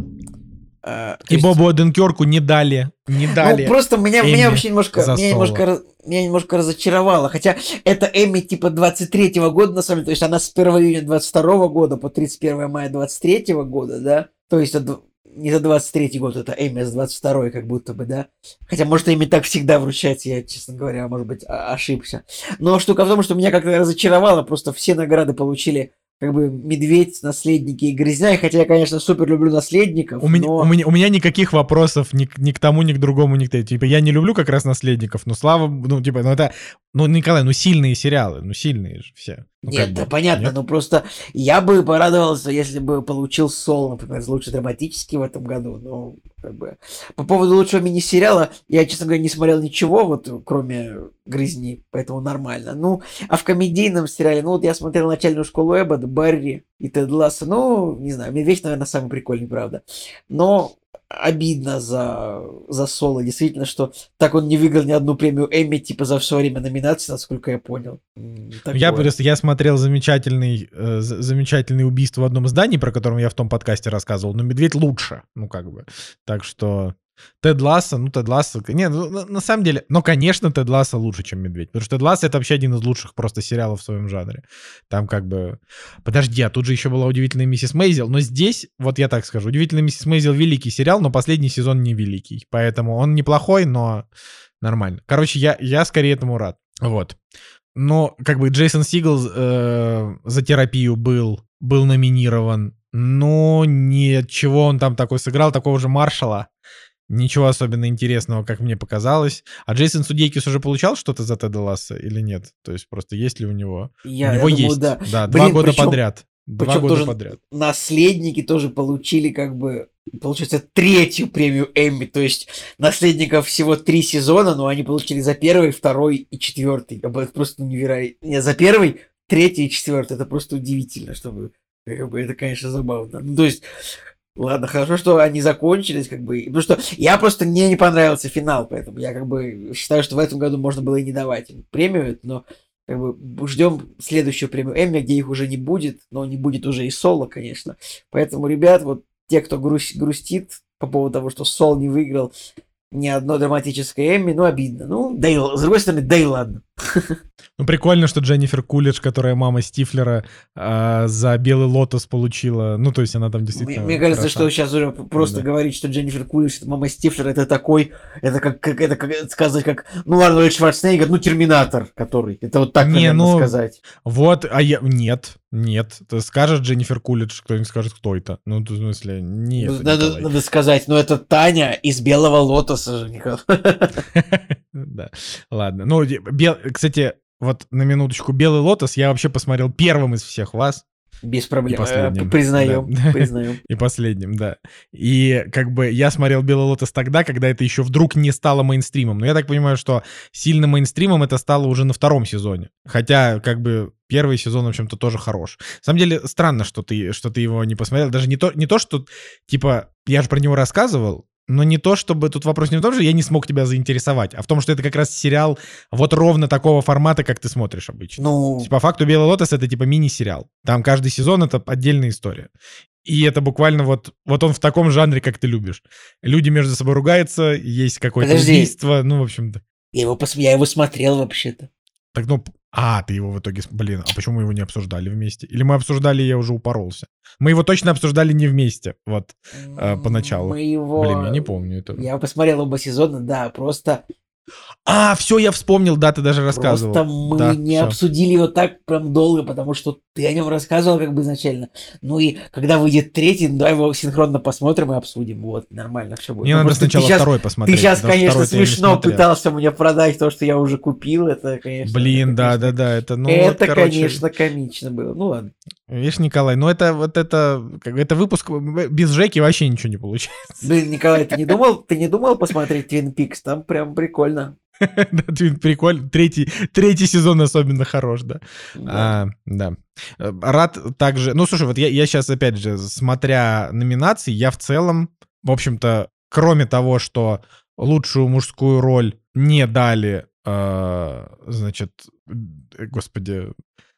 И Бобу Оденкёрку не дали. Ну, просто меня вообще немножко разочаровало. Хотя это Эмми типа 23-го года, на самом деле. То есть она с 1 июня 22 года по 31 мая 23 года, да? То есть не за 23-й год, это Эмми, а за 22-й как будто бы, да? Хотя, может, Эмми так всегда вручается, я, честно говоря, может быть, ошибся. Но штука в том, что меня как-то разочаровало, просто все награды получили как бы «Медведь», «Наследники» и «Грязня». Хотя я, конечно, супер люблю «Наследников», У меня никаких вопросов ни к тому, ни к другому, ни к тому. Типа, я не люблю как раз «Наследников», но это, Николай, сильные сериалы, сильные же все. Нет, да понятно, но просто я бы порадовался, если бы получил «Сол», например, за лучший драматический в этом году, но как бы... По поводу лучшего мини-сериала, я, честно говоря, не смотрел ничего, вот, кроме «Грязни», поэтому нормально. Ну, а в комедийном сериале, я смотрел «Начальную школу Эббота», «Барри» и «Тед Лассо», не знаю, «Медведь», наверное, самый прикольный, правда. Но обидно за Соло, действительно, что так он не выиграл ни одну премию Эмми, типа, за все время номинаций, насколько я понял. Я смотрел замечательный «Убийство в одном здании», про которое я в том подкасте рассказывал, но «Медведь» лучше, так что... Тед Лассо, на самом деле, конечно, Тед Лассо лучше, чем «Медведь», потому что Тед Лассо — это вообще один из лучших просто сериалов в своем жанре. Там Подожди, а тут же еще была «Удивительная миссис Мейзел», но здесь, вот я так скажу, «Удивительная миссис Мейзел» — великий сериал, но последний сезон не великий, поэтому он неплохой, но нормально. Короче, я скорее этому рад. Вот. Но Джейсон Сигел за терапию был номинирован, но ничего он там такой сыграл, такого же Маршала. Ничего особенно интересного, как мне показалось. А Джейсон Судейкис уже получал что-то за Теда Лассо или нет? То есть просто есть ли у него? У него думаю, есть. Да, 2 года подряд. 2 года подряд. «Наследники» тоже получили, получается, 3-ю премию Эмми. То есть «Наследников» всего 3 сезона, но они получили за 1-й, 2-й и 4-й. Это просто невероятно. Нет, за 1-й, 3-й и 4-й. Это просто удивительно, чтобы... Это, конечно, забавно. То есть... Ладно, хорошо, что они закончились, потому что мне не понравился финал, поэтому я считаю, что в этом году можно было и не давать им премию, но ждем следующую премию Эмми, где их уже не будет, но не будет уже и Соло, конечно. Поэтому, ребят, вот те, кто грустит по поводу того, что Сол не выиграл ни одно драматическое Эмми, обидно. С другой стороны, да и ладно. Прикольно, что Дженнифер Кулидж, которая мама Стифлера, за «Белый лотос» получила. То есть она там действительно... Мне кажется, что сейчас уже просто говорить, что Дженнифер Кулидж — это мама Стифлера, это как сказать, как, Арнольд Шварценеггер, «Терминатор», который. Это вот так, наверное, сказать. Вот, Нет. Ты скажешь Дженнифер Кулидж, кто-нибудь скажет, кто это. В смысле, нет. Надо сказать, это Таня из «Белого лотоса» же, Николай. Да, ладно. Кстати, вот на минуточку, «Белый лотос» я вообще посмотрел первым из всех вас. Без проблем. Признаем. Признаем. И последним, да. И я смотрел «Белый лотос» тогда, когда это еще вдруг не стало мейнстримом. Но я так понимаю, что сильно мейнстримом это стало уже на 2-м сезоне. Хотя, первый сезон, в общем-то, тоже хорош. На самом деле, странно, что ты его не посмотрел. Даже не то, что, я же про него рассказывал, но не то, чтобы... Тут вопрос не в том, что я не смог тебя заинтересовать, а в том, что это как раз сериал вот ровно такого формата, как ты смотришь обычно. По факту «Белый лотос» — это мини-сериал. Там каждый сезон — это отдельная история. И это буквально вот он в таком жанре, как ты любишь. Люди между собой ругаются, есть какое-то убийство, в общем-то. Я его смотрел вообще-то. Так, ты его в итоге... Блин, а почему мы его не обсуждали вместе? Или мы обсуждали, и я уже упоролся? Мы его точно обсуждали не вместе, поначалу. Блин, я не помню этого. Я посмотрел оба сезона, да, просто... Все, я вспомнил, да, ты даже рассказывал. Просто мы не обсудили его так прям долго, потому что ты о нем рассказывал изначально. И когда выйдет 3-й, давай его синхронно посмотрим и обсудим. Вот, нормально все будет. Мне надо сначала 2-й посмотреть. Ты сейчас, конечно, смешно пытался мне продать то, что я уже купил. Это, конечно... Блин, да. Это, конечно, комично было. Ладно. Видишь, Николай, это выпуск без Жеки вообще ничего не получается. Блин, Николай, ты не думал посмотреть Твин Пикс? Там прям прикольно. Да, прикольно. Третий сезон особенно хорош, да. Да. Рад также... слушай, вот я сейчас, опять же, смотря номинации, я в целом, в общем-то, кроме того, что лучшую мужскую роль не дали, господи,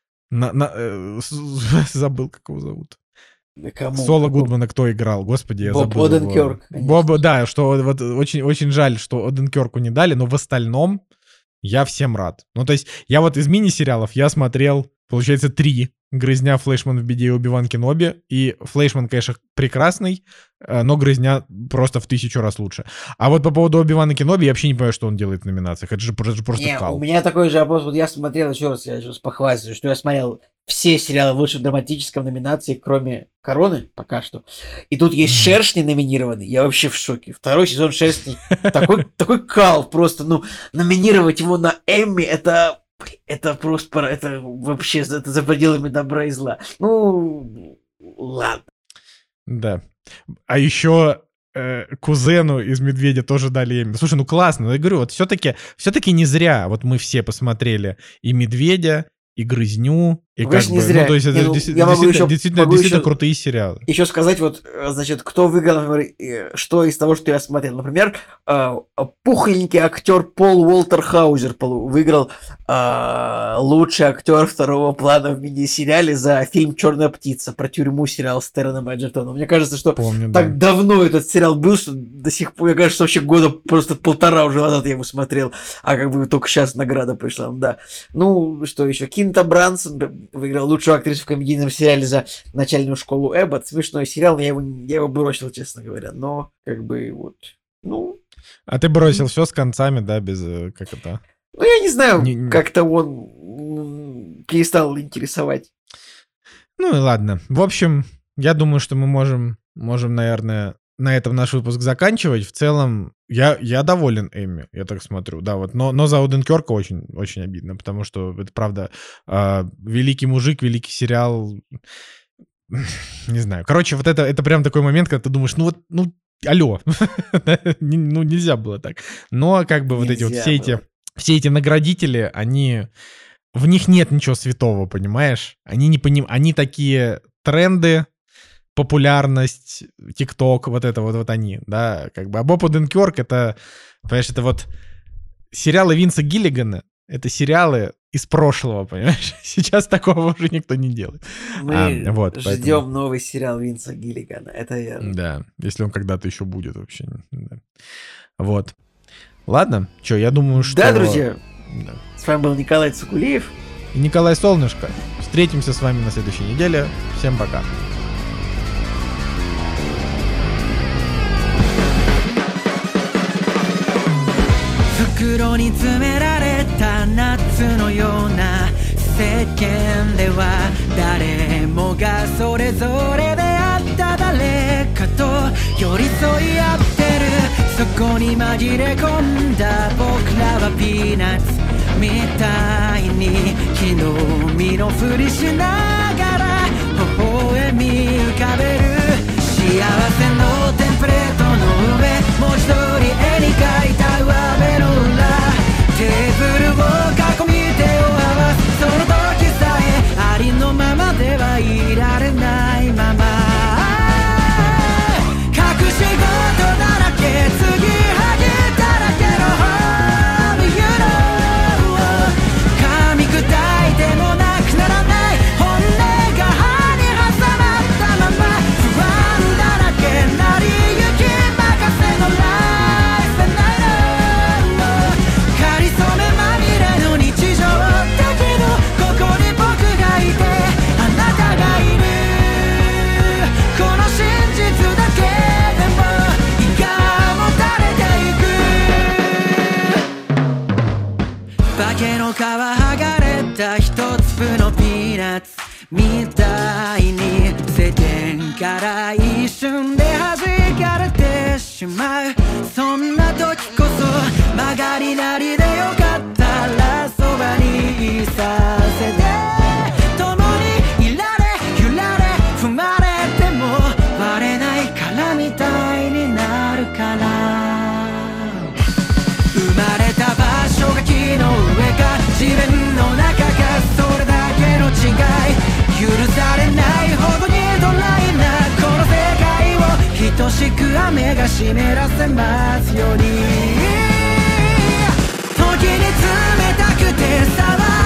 забыл, как его зовут. Соло Гудмана кто играл? Господи, я забыл. Боб Оденкёрк. Да, что вот очень, очень жаль, что Оденкёрку не дали, но в остальном я всем рад. То есть я вот из мини-сериалов я смотрел, получается, 3. Грызня, Флешман в беде и Оби-Ван Кеноби. И Флешман, конечно, прекрасный, но Грызня просто в 1000 раз лучше. А вот по поводу Оби-Вана Кеноби я вообще не понимаю, что он делает в номинациях. Это же просто кал. У меня такой же вопрос. Вот я смотрел, еще раз я сейчас похвастаюсь, что я смотрел все сериалы в лучшем драматическом номинации, кроме «Короны» пока что. И тут есть «Шершни» номинированы. Я вообще в шоке. 2-й сезон «Шершней». Такой кал просто. Ну, номинировать его на Эмми, это просто, это вообще, это за пределами добра и зла. Ну, ладно. Да. А еще кузену из «Медведя» тоже дали Эмми. Слушай, ну классно. Я говорю, вот все-таки не зря вот мы все посмотрели и «Медведя», и «Грызню», и как бы... зря. Ну, то есть это действительно крутые сериалы. Еще сказать, вот, значит, кто выиграл, например, что из того, что я смотрел. Например, пухленький актер Пол Уолтер Хаузер выиграл лучший актер второго плана в мини-сериале за фильм «Черная птица» про тюрьму, сериал с Тероном Эджертоном. Мне кажется, что так давно этот сериал был, что до сих пор, мне кажется, вообще года просто 1,5 уже назад я его смотрел, а как бы только сейчас награда пришла. Да. Ну, что еще? Кинта Брансон выиграл лучшую актрису в комедийном сериале за начальную школу Эббот. Смешной сериал, я его бросил, честно говоря. Но, как бы, вот, ну... А ты бросил все с концами, да, без... Как это? Ну, я не знаю, как-то он перестал интересовать. Ну и ладно. В общем, я думаю, что мы можем, наверное, на этом наш выпуск заканчивать. В целом, я доволен Эмми, я так смотрю. Да, вот, но за Оденкёрка очень, очень обидно, потому что это, правда, великий мужик, великий сериал. Не знаю. Короче, вот это прям такой момент, когда ты думаешь, алло, ну нельзя было так. Но как бы вот эти вот все эти наградители, в них нет ничего святого, понимаешь? Они такие тренды, популярность, ТикТок, вот это вот они, да, как бы. А Боб Оденкёрк, это, понимаешь, это вот сериалы Винса Гиллигана, это сериалы из прошлого, понимаешь? Сейчас такого уже никто не делает. Мы ждем новый сериал Винса Гиллигана, это верно. Да, если он когда-то еще будет вообще. Да. Вот. Ладно, что, я думаю, что... Да, друзья, с вами был Николай Цукулиев. И Николай Солнышко. Встретимся с вами на следующей неделе. Всем пока. 袋に詰められた夏のような世間では誰もがそれぞれであった誰かと寄り添い合ってるそこに紛れ込んだ僕らはピーナッツみたいに木の実のふりしながら微笑み浮かべる幸せのテンプレートの上文字通り絵に描いた上辺の裏テーブルを囲み手を合わすその時さえありのままではいられないまま隠し事だらけ継ぎはぎだらけの Home You know 噛み砕いてもなくならない本音が歯に挟まったまま不安だらけなりゆき任せのライフナイトかりそめまみれの日常だけどここに僕がいてあなたがいるこの真実だけでも胃がもたれてゆく化けの皮剥がれた一粒のピーナッツみたいに世間から一瞬で弾かれてしまうそんな時こそ曲がりなりでよかったらそばにいさせて共にいられ揺られ踏まれても割れない殻みたいになるから生まれた場所が木の上か自分の中かそれだけの違い許されないほどにドライなこの世界を等しく雨が湿らせますように時に冷たくて騒